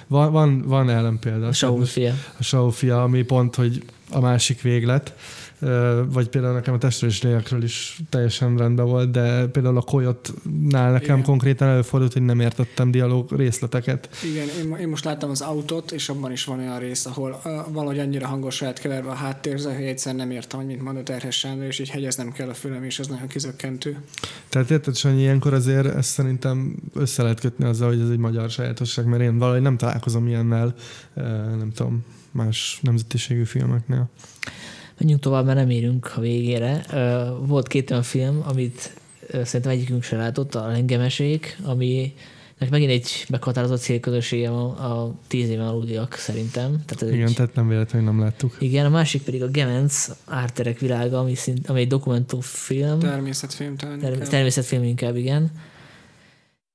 van ellenpélda. A Saufia, ami pont, hogy a másik véglet, vagy például nekem a Testről és lélekről is teljesen rendben volt, de például a Coyote-nál nekem konkrétan előfordult, hogy nem értettem dialóg részleteket. Igen, én most láttam az Autót, és abban is van olyan rész, ahol valahogy annyira hangosra lett keverve a háttérzaj, hogy egyszer nem értem, hogy mit mondott Terhes Sándor, és így hegyeznem kell a fülem, és ez nagyon kizökkentő. Tehát érted, Sanyi, ilyenkor azért ezt szerintem össze lehet kötni azzal, hogy ez egy magyar sajátosság, mert én valahogy nem találkozom ilyennel, nem tudom, más nemzetiségű filmeknél. Menjünk tovább, mert nem érünk a végére. Volt két olyan film, amit szerintem egyikünk se látott, a Lengemesék, aminek megint egy meghatározott célközönsége van a 10 éven aluliak szerintem. Tehát tehát nem véletlenül nem láttuk. Igen, a másik pedig a Gemenc, Árterek világa, ami egy dokumentumfilm. Természetfilm talán. Természetfilm inkább, igen.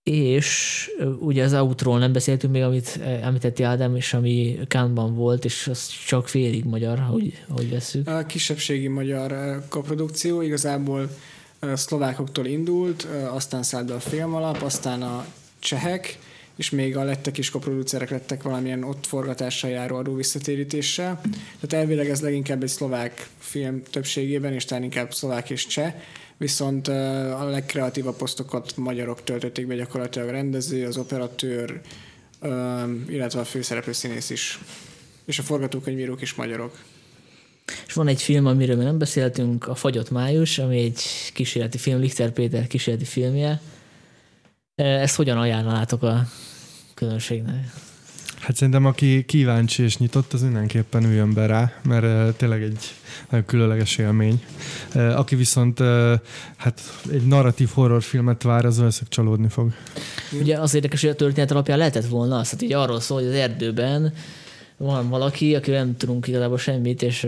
És ugye az outról nem beszéltünk még, amit említett Ádám, és ami Cannes-ban volt, és az csak félig magyar, hogy vesszük. A kisebbségi magyar koprodukció igazából szlovákoktól indult, aztán szállt be a Filmalap, aztán a csehek, és még a lettek is koproducerek lettek valamilyen ott forgatással járó adó visszatérítéssel. Tehát elvileg ez leginkább egy szlovák film többségében, és talán inkább szlovák és cseh, viszont a legkreatívabb posztokat magyarok töltötték be, gyakorlatilag a rendező, az operatőr, illetve a főszereplő színész is. És a forgatókönyvírók is magyarok. És van egy film, amiről még nem beszéltünk, a Fagyott május, ami egy kísérleti film, Lichter Péter kísérleti filmje. Ezt hogyan ajánlanátok a közönségnek? Hát szerintem aki kíváncsi és nyitott, az mindenképpen üljön be rá, mert tényleg egy nagyon különleges élmény. Aki viszont hát egy narratív horrorfilmet vár, az valószínűleg csalódni fog. Ugye az érdekes, hogy a történet alapján lehetett volna azt, hát így arról szól, hogy az erdőben van valaki, akivel nem tudunk igazából semmit, és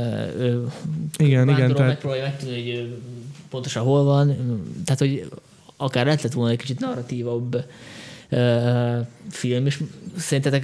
igen, megpróbálja megtudni, hogy pontosan hol van. Tehát, hogy akár lehetett volna egy kicsit narratívabb film, és szerintetek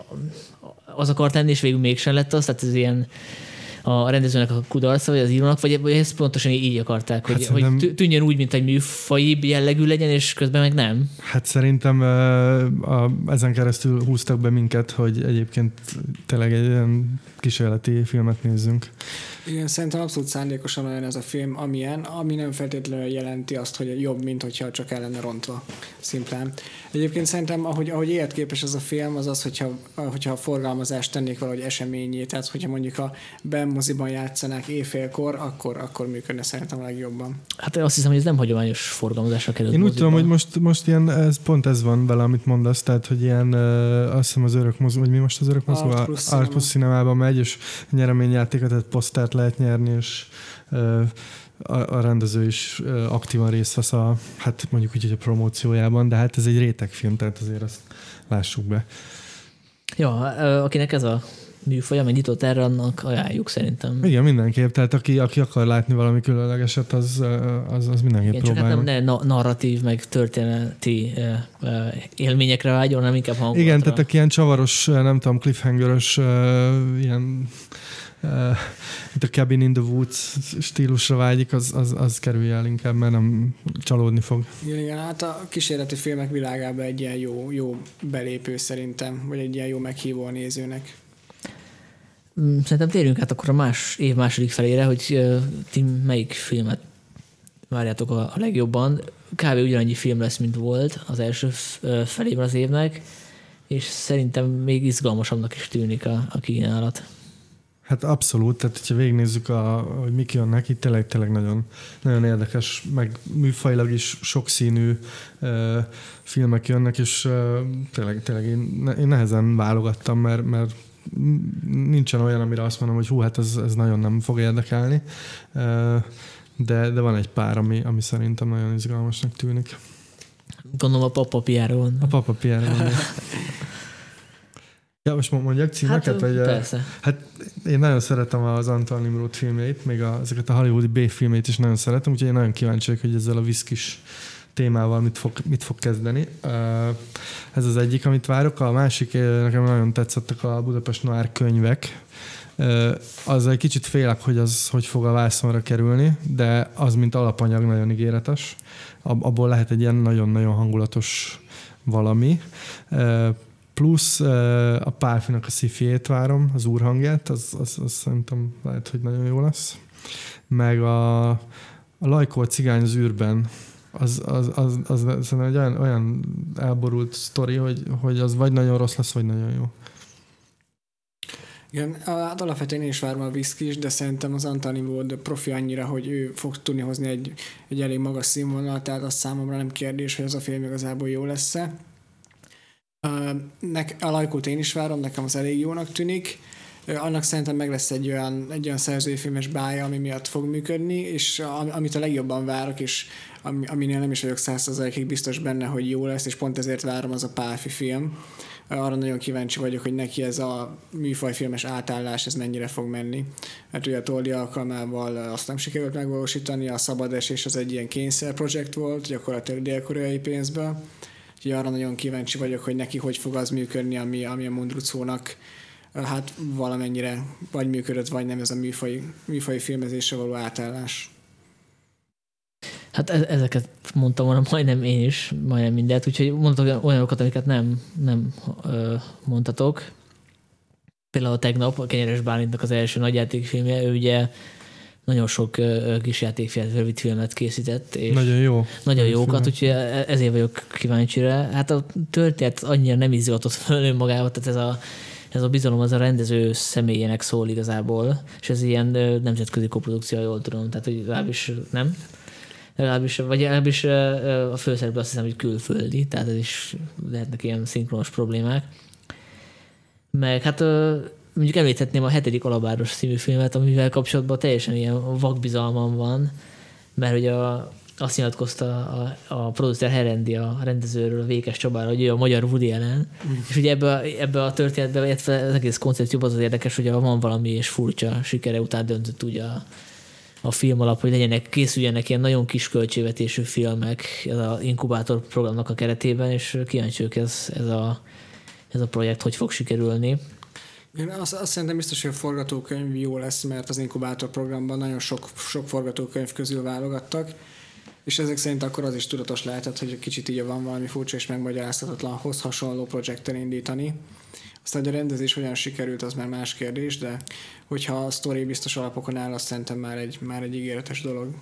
az akart lenni, és végül mégsem lett az, tehát ez ilyen a rendezőnek a kudarca, vagy az írónak, vagy ezt pontosan így akarták, hogy, hát hogy tűnjön úgy, mint egy műfaji jellegű legyen, és közben meg nem? Hát szerintem ezen keresztül húztak be minket, hogy egyébként tényleg egy ilyen kísérleti filmet nézzünk. Igen, szerintem abszolút szándékosan olyan ez a film, amilyen, ami nem feltétlenül jelenti azt, hogy jobb, mint hogyha csak el lenne rontva, szimplán. Egyébként szerintem, ahogy életképes ez a film, az az, hogyha a forgalmazást tennék valahogy eseményé, tehát hogyha mondjuk a moziban játszanák éjfélkor, akkor működne szerintem a legjobban. Hát azt hiszem, hogy ez nem hagyományos forgalmazásra kerül. Én úgy tudom, hogy most ilyen, pont ez van vele, amit mondasz, tehát, hogy ilyen, azt hiszem az örök mozi, vagy mi most az örök mozi? Art Plus Cinemában megy, és nyereményjátékot, tehát posztert lehet nyerni, és a rendező is aktívan részt vesz hát mondjuk úgy, hogy a promóciójában, de hát ez egy rétegfilm, tehát azért azt lássuk be. Ja, akinek ez a műfaj, ami nyitott erre, annak ajánljuk szerintem. Igen, mindenképp. Tehát aki akar látni valami különlegeset, az mindenképp igen, próbálja. Csak hát nem narratív, meg történeti élményekre vágyol, hanem inkább hangulatra. Igen, tehát aki ilyen csavaros, nem tudom, cliffhangeros, ilyen itt a Cabin in the Woods stílusra vágyik, az kerülje el inkább, mert nem csalódni fog. Igen, hát a kísérleti filmek világában egy ilyen jó belépő szerintem, vagy egy ilyen jó meghívó a nézőnek. Szerintem térjünk át akkor a év második felére, hogy ti melyik filmet várjátok a legjobban. Kb. Ugyanannyi film lesz, mint volt az első felében az évnek, és szerintem még izgalmasabbnak is tűnik a kínálat. Hát abszolút, tehát hogyha végignézzük, hogy mik jönnek, itt tényleg nagyon, nagyon érdekes, meg műfajilag is sokszínű filmek jönnek, és tényleg én nehezen válogattam, mert nincsen olyan, amire azt mondom, hogy hú, hát ez nagyon nem fog érdekelni, de van egy pár, ami szerintem nagyon izgalmasnak tűnik. Gondolom a Papa Piáron. A Papa Piáron. Ja, most mondjak címeket? Hát persze. Hát én nagyon szeretem az Antal Nimród filmjeit, még ezeket a hollywoodi B-filmjeit is nagyon szeretem, úgyhogy én nagyon kíváncsi vagyok, hogy ezzel a viszkis témával mit fog kezdeni. Ez az egyik, amit várok. A másik, nekem nagyon tetszettek a Budapest Noir könyvek. Az egy kicsit félek, hogy az hogy fog a vászonra kerülni, de az, mint alapanyag, nagyon ígéretes. Abból lehet egy ilyen nagyon-nagyon hangulatos valami. Plusz a Pálfinak a sci-fiét várom, az úrhangját, az szerintem lehet, hogy nagyon jó lesz. Meg a Lajkó a cigány az űrben, az szerintem egy olyan elborult sztori, hogy az vagy nagyon rossz lesz, vagy nagyon jó. Igen, hát alapvetően én is várom a viszkis, de szerintem az Antoni volt profi annyira, hogy ő fog tudni hozni egy elég magas színvonalat, tehát az számomra nem kérdés, hogy az a film igazából jó lesz-e. A Lajkót én is várom, nekem az elég jónak tűnik. Annak szerintem meg lesz egy olyan szerzőfilmes bája, ami miatt fog működni, és amit a legjobban várok, és aminél nem is vagyok 100%-ig biztos benne, hogy jó lesz, és pont ezért várom, az a Pálfi film. Arra nagyon kíváncsi vagyok, hogy neki ez a műfajfilmes átállás, ez mennyire fog menni. Mert ugye a Toldi alkalmával azt nem sikerült megvalósítani, a Szabadesés az egy ilyen kényszerprojekt volt, gyakorlatilag dél-koreai pénzből. Úgyhogy arra nagyon kíváncsi vagyok, hogy neki hogy fog az működni, ami a Mundrucónak hát valamennyire vagy működött, vagy nem ez a műfai filmezésre való átállás. Hát ezeket mondtam volna majdnem én is, majdnem mindent, úgyhogy mondhatok olyanokat, amiket nem mondhatok. Például tegnap a Kenyeres Bálintnak az első nagyjátékfilmje, ő ugye nagyon sok kisjátékfilmet, rövidfilmet készített. És nagyon jó. Nagyon jókat, úgyhogy ezért vagyok kíváncsi rá. Hát a történet annyira nem izgatott föl önmagával, tehát ez a bizalom az a rendező személyének szól igazából, és ez ilyen nemzetközi koprodukció, jól tudom, tehát hogy legalábbis nem. Legalábbis a főszereplő azt hiszem, hogy külföldi, tehát ez is lehetnek ilyen szinkronos problémák. Meg hát mondjuk említhetném a 7. Alabáros című filmet, amivel kapcsolatban teljesen ilyen vakbizalmam van, mert ugye azt nyilatkozta a producer Herendi a rendezőről, a Vékes Csabára, hogy ő a magyar Woody Allen, és ugye ebbe a történetben, illetve az egész koncepcióban az érdekes, hogy van valami és furcsa sikere után döntött ugye a film alap, hogy készüljenek ilyen nagyon kis költségvetésű filmek ez az inkubátor programnak a keretében, és kíváncsi vagyok ez a projekt hogy fog sikerülni. Én azt szerintem biztos, hogy a forgatókönyv jó lesz, mert az inkubátor programban nagyon sok forgatókönyv közül válogattak, és ezek szerint akkor az is tudatos lehetett, hogy kicsit így van valami furcsa és megmagyarázhatatlanhoz hasonló projekten indítani. Aztán, hogy a rendezés hogyan sikerült, az már más kérdés, de hogyha a sztori biztos alapokon áll, azt szerintem már egy ígéretes dolog.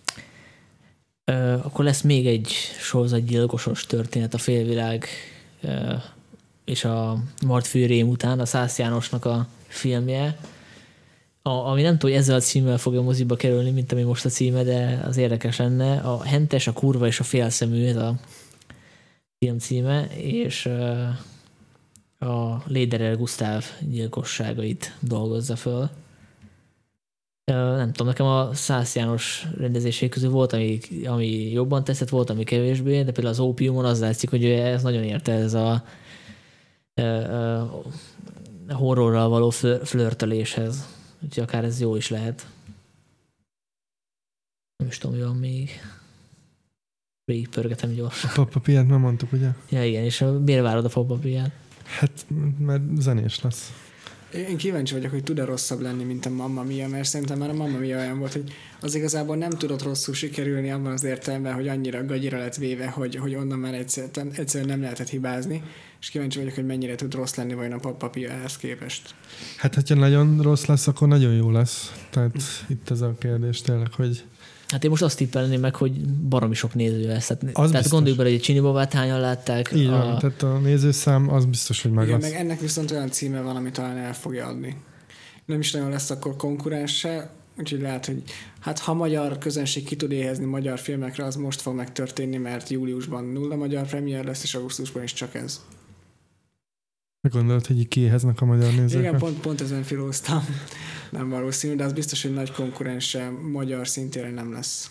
Akkor lesz még egy sorozatgyilkosos történet, a Félvilág és a Martfő rém után, a Szász Jánosnak a filmje, ami nem tudom, hogy ezzel a címmel fog a moziba kerülni, mint ami most a címe, de az érdekes lenne. A Hentes, a Kurva és a Félszemű, ez a film címe, és a Lederer Gusztáv gyilkosságait dolgozza föl. Nem tudom, nekem a Szász János rendezései közül volt, ami jobban tetszett, volt, ami kevésbé, de például az Ópiumon az látszik, hogy ez nagyon érte ez a horrorral való flörtöléshez. Úgyhogy akár ez jó is lehet. Nem is tudom, mi van még. Végig pörgetem gyorsan. A Pappapiát nem mondtuk, ugye? Ja, igen, és miért várod a Pappapiát? Hát, mert zenés lesz. Én kíváncsi vagyok, hogy tud-e rosszabb lenni, mint a Mamma Mia, mert szerintem már a Mamma Mia olyan volt, hogy az igazából nem tudott rosszul sikerülni abban az értelemben, hogy annyira gagyira lett véve, hogy onnan már egyszerűen nem lehetett hibázni, és kíváncsi vagyok, hogy mennyire tud rossz lenni vajon a Pappa Pia ehhez képest. Hát, hogyha nagyon rossz lesz, akkor nagyon jó lesz. Tehát itt ez a kérdés tényleg, hogy... Hát én most azt tippelném meg, hogy baromi sok néző lesz. Tehát gondoljuk bele, hogy egy Csinibabát hányan látták. Így van, tehát a nézőszám az biztos, hogy meg igen, lesz. meg ennek viszont olyan címe van, amit talán el fogja adni. Nem is nagyon lesz akkor konkurens se, úgyhogy lehet, hogy hát ha magyar közönség ki tud éhezni magyar filmekre, az most fog megtörténni, mert júliusban 0 magyar premier lesz, és augusztusban is csak ez. Gondolod, hogy így kiéheznek a magyar nézők? Igen, pont ezen filóztam. Nem valószínű, de az biztos, hogy nagy konkurense magyar szintére nem lesz.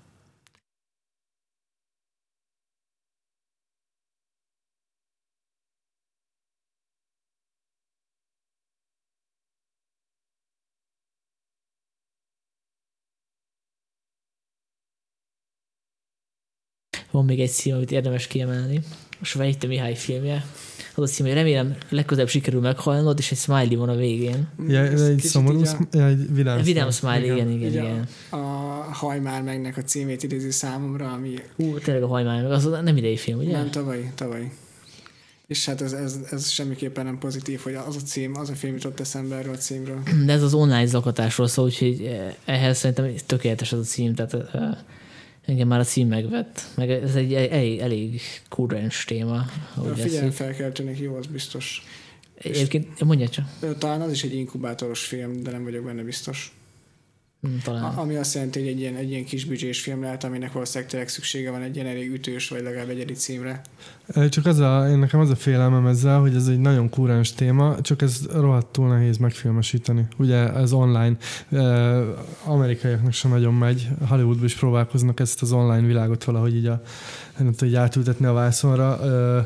Van még egy cím, amit érdemes kiemelni. A Svejte Mihály filmje. Az a cím, hogy remélem legközelebb sikerül meghallnod, és egy smiley van a végén. Ja, egy szomorú, egy vidám smiley, igen. A Haj már megnek a címét idézi számomra, ami... Tényleg a Haj már meg, az nem idei film, ugye? Nem, tavaly. És hát ez semmiképpen nem pozitív, hogy az a cím, az a film jutott eszembe erről a címről. De ez az online zaklatásról szól, úgyhogy ehhez szerintem tökéletes az a cím, tehát engem már a cím megvett. Meg ez egy elég kurrens téma. A figyelemfelkeltőnek jó, az biztos. Egyébként, mondja csak. Talán az is egy inkubátoros film, de nem vagyok benne biztos. Talán. Ami azt jelenti, hogy egy ilyen kis büdzsés film lehet, aminek valószínűleg tényleg szüksége van egy ilyen elég ütős, vagy legalább egyedi címre. Csak nekem az a félelmem ezzel, hogy ez egy nagyon kúrens téma, csak ez rohadtul nehéz megfilmesíteni. Ugye ez online, amerikaiaknak sem nagyon megy, Hollywoodban is próbálkoznak ezt az online világot valahogy így átültetni a vászonra.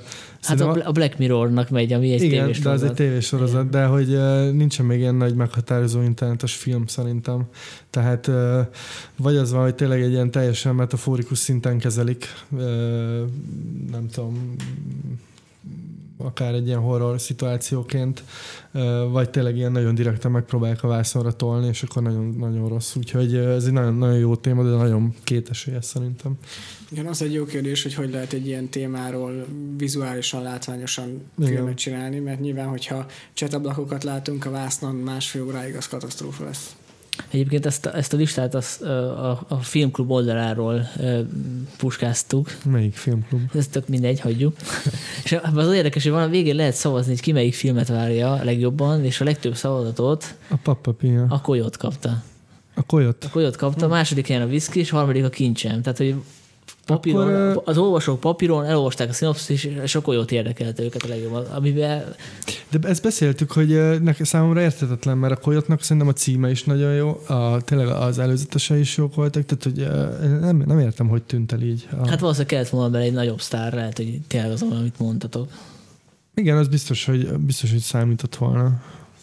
Hát a Black Mirrornak megy, ami egy tévésorozat. Igen, de az egy tévésorozat, de hogy nincsen még ilyen nagy meghatározó internetes film szerintem. Tehát vagy az van, hogy tényleg egy ilyen teljesen metaforikus szinten kezelik, nem tudom, akár egy ilyen horror szituációként, vagy tényleg ilyen nagyon direkten megpróbálják a vászonra tolni, és akkor nagyon, nagyon rossz. Úgyhogy ez egy nagyon, nagyon jó téma, de nagyon kétesélyes szerintem. Igen, az egy jó kérdés, hogy lehet egy ilyen témáról vizuálisan, látványosan filmet csinálni, mert nyilván, hogyha csetablakokat látunk a vásznon másfél óráig, az katasztrófa lesz. Egyébként ezt a listát a filmklub oldaláról puskáztuk. Melyik filmklub? Ez tök mindegy, hagyjuk. És az érdekes, hogy van a végén lehet szavazni, hogy ki melyik filmet várja a legjobban, és a legtöbb szavazatot a Papa Pia. A Coyote kapta. A Coyote? A Coyote kapta, a második helyen a Whisky, és a harmadik a Kincsem. Tehát, hogy papíron, az olvasók papíron elolvasták a szinopszis, és a Coyote érdekelte őket a legjobban. Amiben... De ezt beszéltük, hogy számomra érthetetlen, mert a Coyote-nak szerintem a címe is nagyon jó, tényleg az előzetesei is jók voltak, tehát hogy nem értem, hogy tűnt el így. Hát valószínűleg kellett volna bele egy nagyobb sztár, lehet, hogy tényleg az, amit mondtatok. Igen, az biztos, hogy számított volna.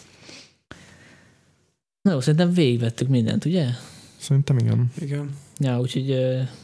Na jó, szerintem végigvettük mindent, ugye? Szerintem igen. Igen. Ja, úgyhogy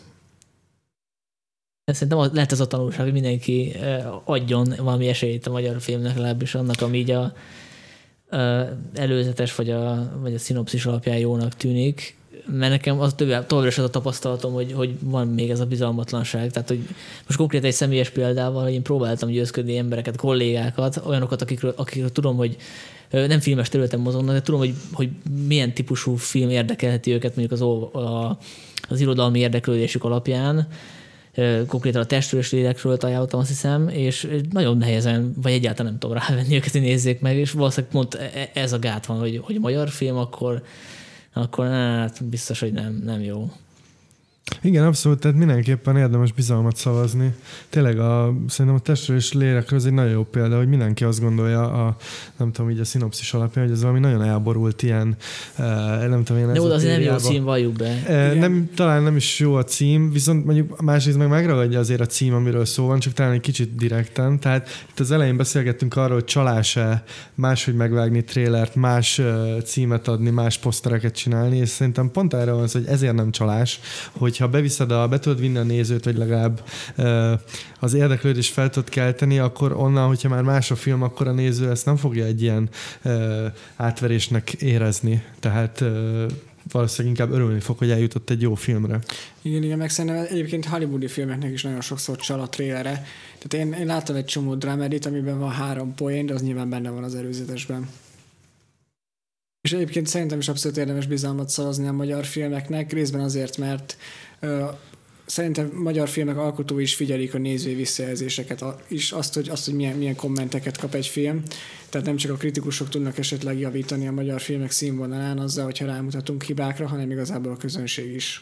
szerintem lehet ez a tanulság, hogy mindenki adjon valami esélyt a magyar filmnek, legalábbis annak, ami így a előzetes vagy a szinopszis alapján jónak tűnik. Mert nekem az továbbra is az a tapasztalatom, hogy van még ez a bizalmatlanság. Tehát, hogy most konkrét egy személyes példával, hogy én próbáltam győzködni embereket, kollégákat, olyanokat, akikről tudom, hogy nem filmes területen mozognak, de tudom, hogy milyen típusú film érdekelheti őket, mondjuk az irodalmi érdeklődésük alapján. Konkrétan a Testről és lélekről ajánlottam, azt hiszem, és nagyon nehezen, vagy egyáltalán nem tudom rávenni őket, hogy nézzék meg, és valószínűleg pont ez a gát van, hogy magyar film, akkor hát biztos, hogy nem jó. Igen, abszolút, tehát mindenképpen érdemes bizalmat szavazni. Tényleg szerintem a Testről és lélekről ez egy nagyon jó példa, hogy mindenki azt gondolja, nem tudom, így a szinopszis alapján, hogy ez valami nagyon elborult ilyen, nem tudom én. Jó, de azért nem jó cím, valljuk be. Talán nem is jó a cím, viszont mondjuk másrészt meg megragadja azért a cím, amiről szó van, csak talán egy kicsit direkten. Tehát itt az elején beszélgettünk arról, hogy csalás-e máshogy megvágni trélert, más címet adni, más posztereket csinálni, és szerintem pont erre van az, hogy ezért nem csalás, hogyha be tudod vinni a nézőt, vagy legalább az érdeklődést fel tudod kelteni, akkor onnan, hogyha már más a film, akkor a néző ezt nem fogja egy ilyen átverésnek érezni. Tehát valószínűleg inkább örülni fog, hogy eljutott egy jó filmre. Igen, meg szerintem egyébként hollywoodi filmeknek is nagyon sokszor csal a trélere. Tehát én láttam egy csomó drámedit, amiben van 3 poén, de az nyilván benne van az előzetesben. És egyébként szerintem is abszolút érdemes bizalmat szavazni a magyar filmeknek, részben azért, mert szerintem magyar filmek alkotói is figyelik a nézői visszajelzéseket, és azt, hogy milyen kommenteket kap egy film. Tehát nem csak a kritikusok tudnak esetleg javítani a magyar filmek színvonalán azzal, hogyha rámutatunk hibákra, hanem igazából a közönség is.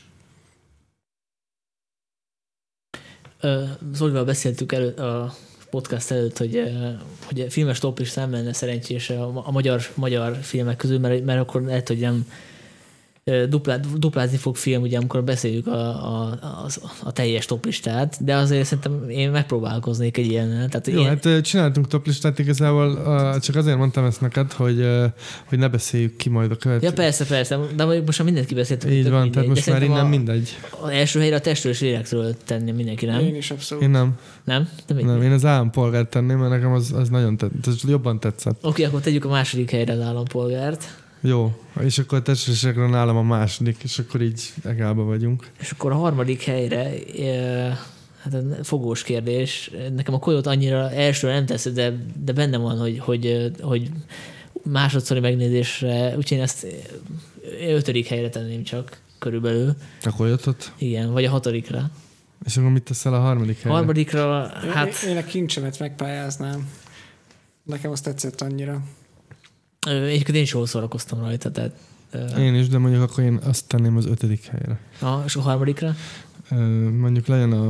Zolival beszéltük a podcast előtt, hogy a filmes toplistán lenne szerencsés a magyar filmek közül, mert akkor lehet, hogy nem duplázni fog film, ugye, amikor beszéljük a teljes toplistát, de azért szerintem én megpróbálkoznék egy ilyennel. Jó, hát csináltunk toplistát, igazából csak azért mondtam ezt neked, hogy ne beszéljük ki majd a következő. Ja, persze, de most már mindent kibeszéltünk. Így van, tehát most már innen mindegy. Az első helyre a Testről és lélektől tenni mindenki, nem? Én is abszolút. Én nem. Nem? Nem, én az Állampolgárt tenném, mert nekem az nagyon az jobban tetszett. Oké, akkor tegyük a második helyre az Állampolgárt. Jó, és akkor a testvérekről nálam a második, és akkor így egálba vagyunk. És akkor a harmadik helyre, hát fogós kérdés, nekem a Coyote annyira elsőre nem tesz, de benne van, hogy másodszori megnézésre, úgyhogy én ezt 5. helyre tenném csak körülbelül. A Coyote-ot? Igen, vagy a 6. És akkor mit teszel a harmadik helyre? A harmadikra, hát... Én a Kincsemet megpályáznám. Nekem azt tetszett annyira. Egyébként én is jól szórakoztam rajta, tehát... Én is, de mondjuk akkor én azt tenném az 5. helyre. És a harmadikra? Mondjuk legyen a...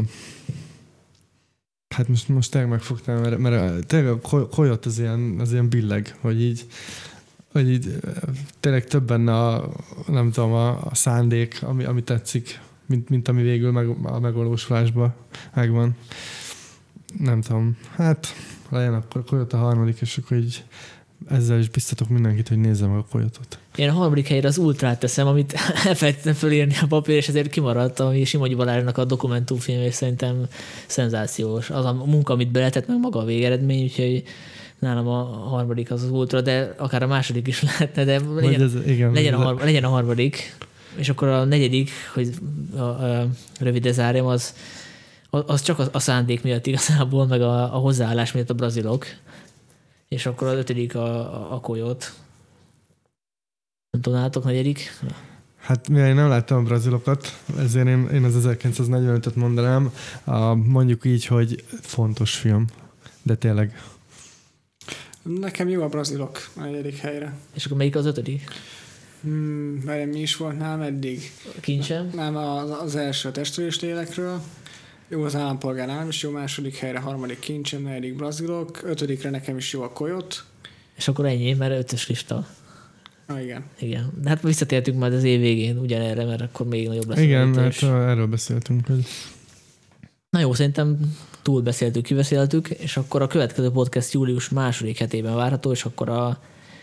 Hát most tényleg megfogtál, mert tényleg a Coyote az ilyen billeg, hogy így tényleg több benne nem tudom, a szándék, ami tetszik, mint ami végül a megvalósulásban megvan. nem tudom, hát legyen akkor Coyote a harmadik, és akkor így ezzel is biztatok mindenkit, hogy nézze meg a Coyote-ot. Én a harmadik helyre az Ultrát teszem, amit elfelejtettem fölírni a papír, és ezért kimaradt, ami Simogyi Balázsnak a dokumentumfilm, és szerintem szenzációs. Az a munka, amit beletett, meg maga a végeredmény, úgyhogy nálam a harmadik az Ultra, de akár a második is lehetne, de legyen a harmadik. És akkor a negyedik, hogy rövide zárjam, az csak a szándék miatt igazából, meg a hozzáállás miatt a brazilok. És akkor az ötödik a Coyote. Nem tudom, nálatok negyedik? Hát mivel én nem láttam a brazilokat, ezért én az 1945-öt mondanám. Mondjuk így, hogy fontos film. De tényleg. Nekem jó a brazilok a negyedik helyre. És akkor melyik az ötödik? Mert mi is volt nálam eddig? Kincsem? Nem, az első a Testről és lélekről. Jó az Állampolgár, nálam is jó, második helyre, harmadik Kincsem, negyedik brazilok, ötödikre nekem is jó a Coyote. És akkor ennyi, mert ötös lista. Igen. Igen. De hát visszatértünk majd az év végén ugyanerre, mert akkor még nagyobb lesz. Igen, mert erről beszéltünk. Hogy... Na jó, szerintem túl beszéltük, kibeszéltük, és akkor a következő podcast július második hetében várható, és akkor a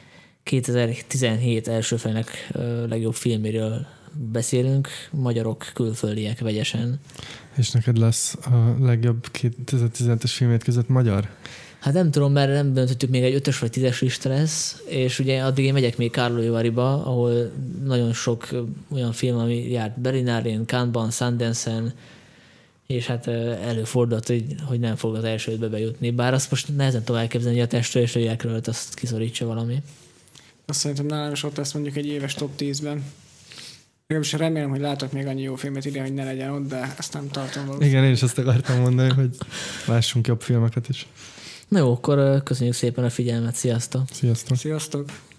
2017 első felének legjobb filméről beszélünk, magyarok, külföldiek vegyesen. És neked lesz a legjobb 2017-es filmét között magyar? Hát nem tudom, mert nem döntöttük még egy 5-ös vagy 10-es lista lesz, és ugye addig én megyek még Karlovy Varyba, ahol nagyon sok olyan film, ami járt Berlinálén, Cannes-ban, Sundance-en, és hát előfordult, hogy nem fog az első ötbe bejutni. Bár azt most nehezen tudom elképzelni, hogy a Testről és a lélekről azt kiszorítsa valami. Azt szerintem nálam is ott lesz mondjuk egy éves top 10-ben. Legalábbis remélem, hogy látok még annyi jó filmet ide, hogy ne legyen ott, de ezt nem tartom valószínűleg. Igen, én is azt akartam mondani, hogy lássunk jobb filmeket is. Na jó, akkor köszönjük szépen a figyelmet, sziasztok! Sziasztok! Sziasztok!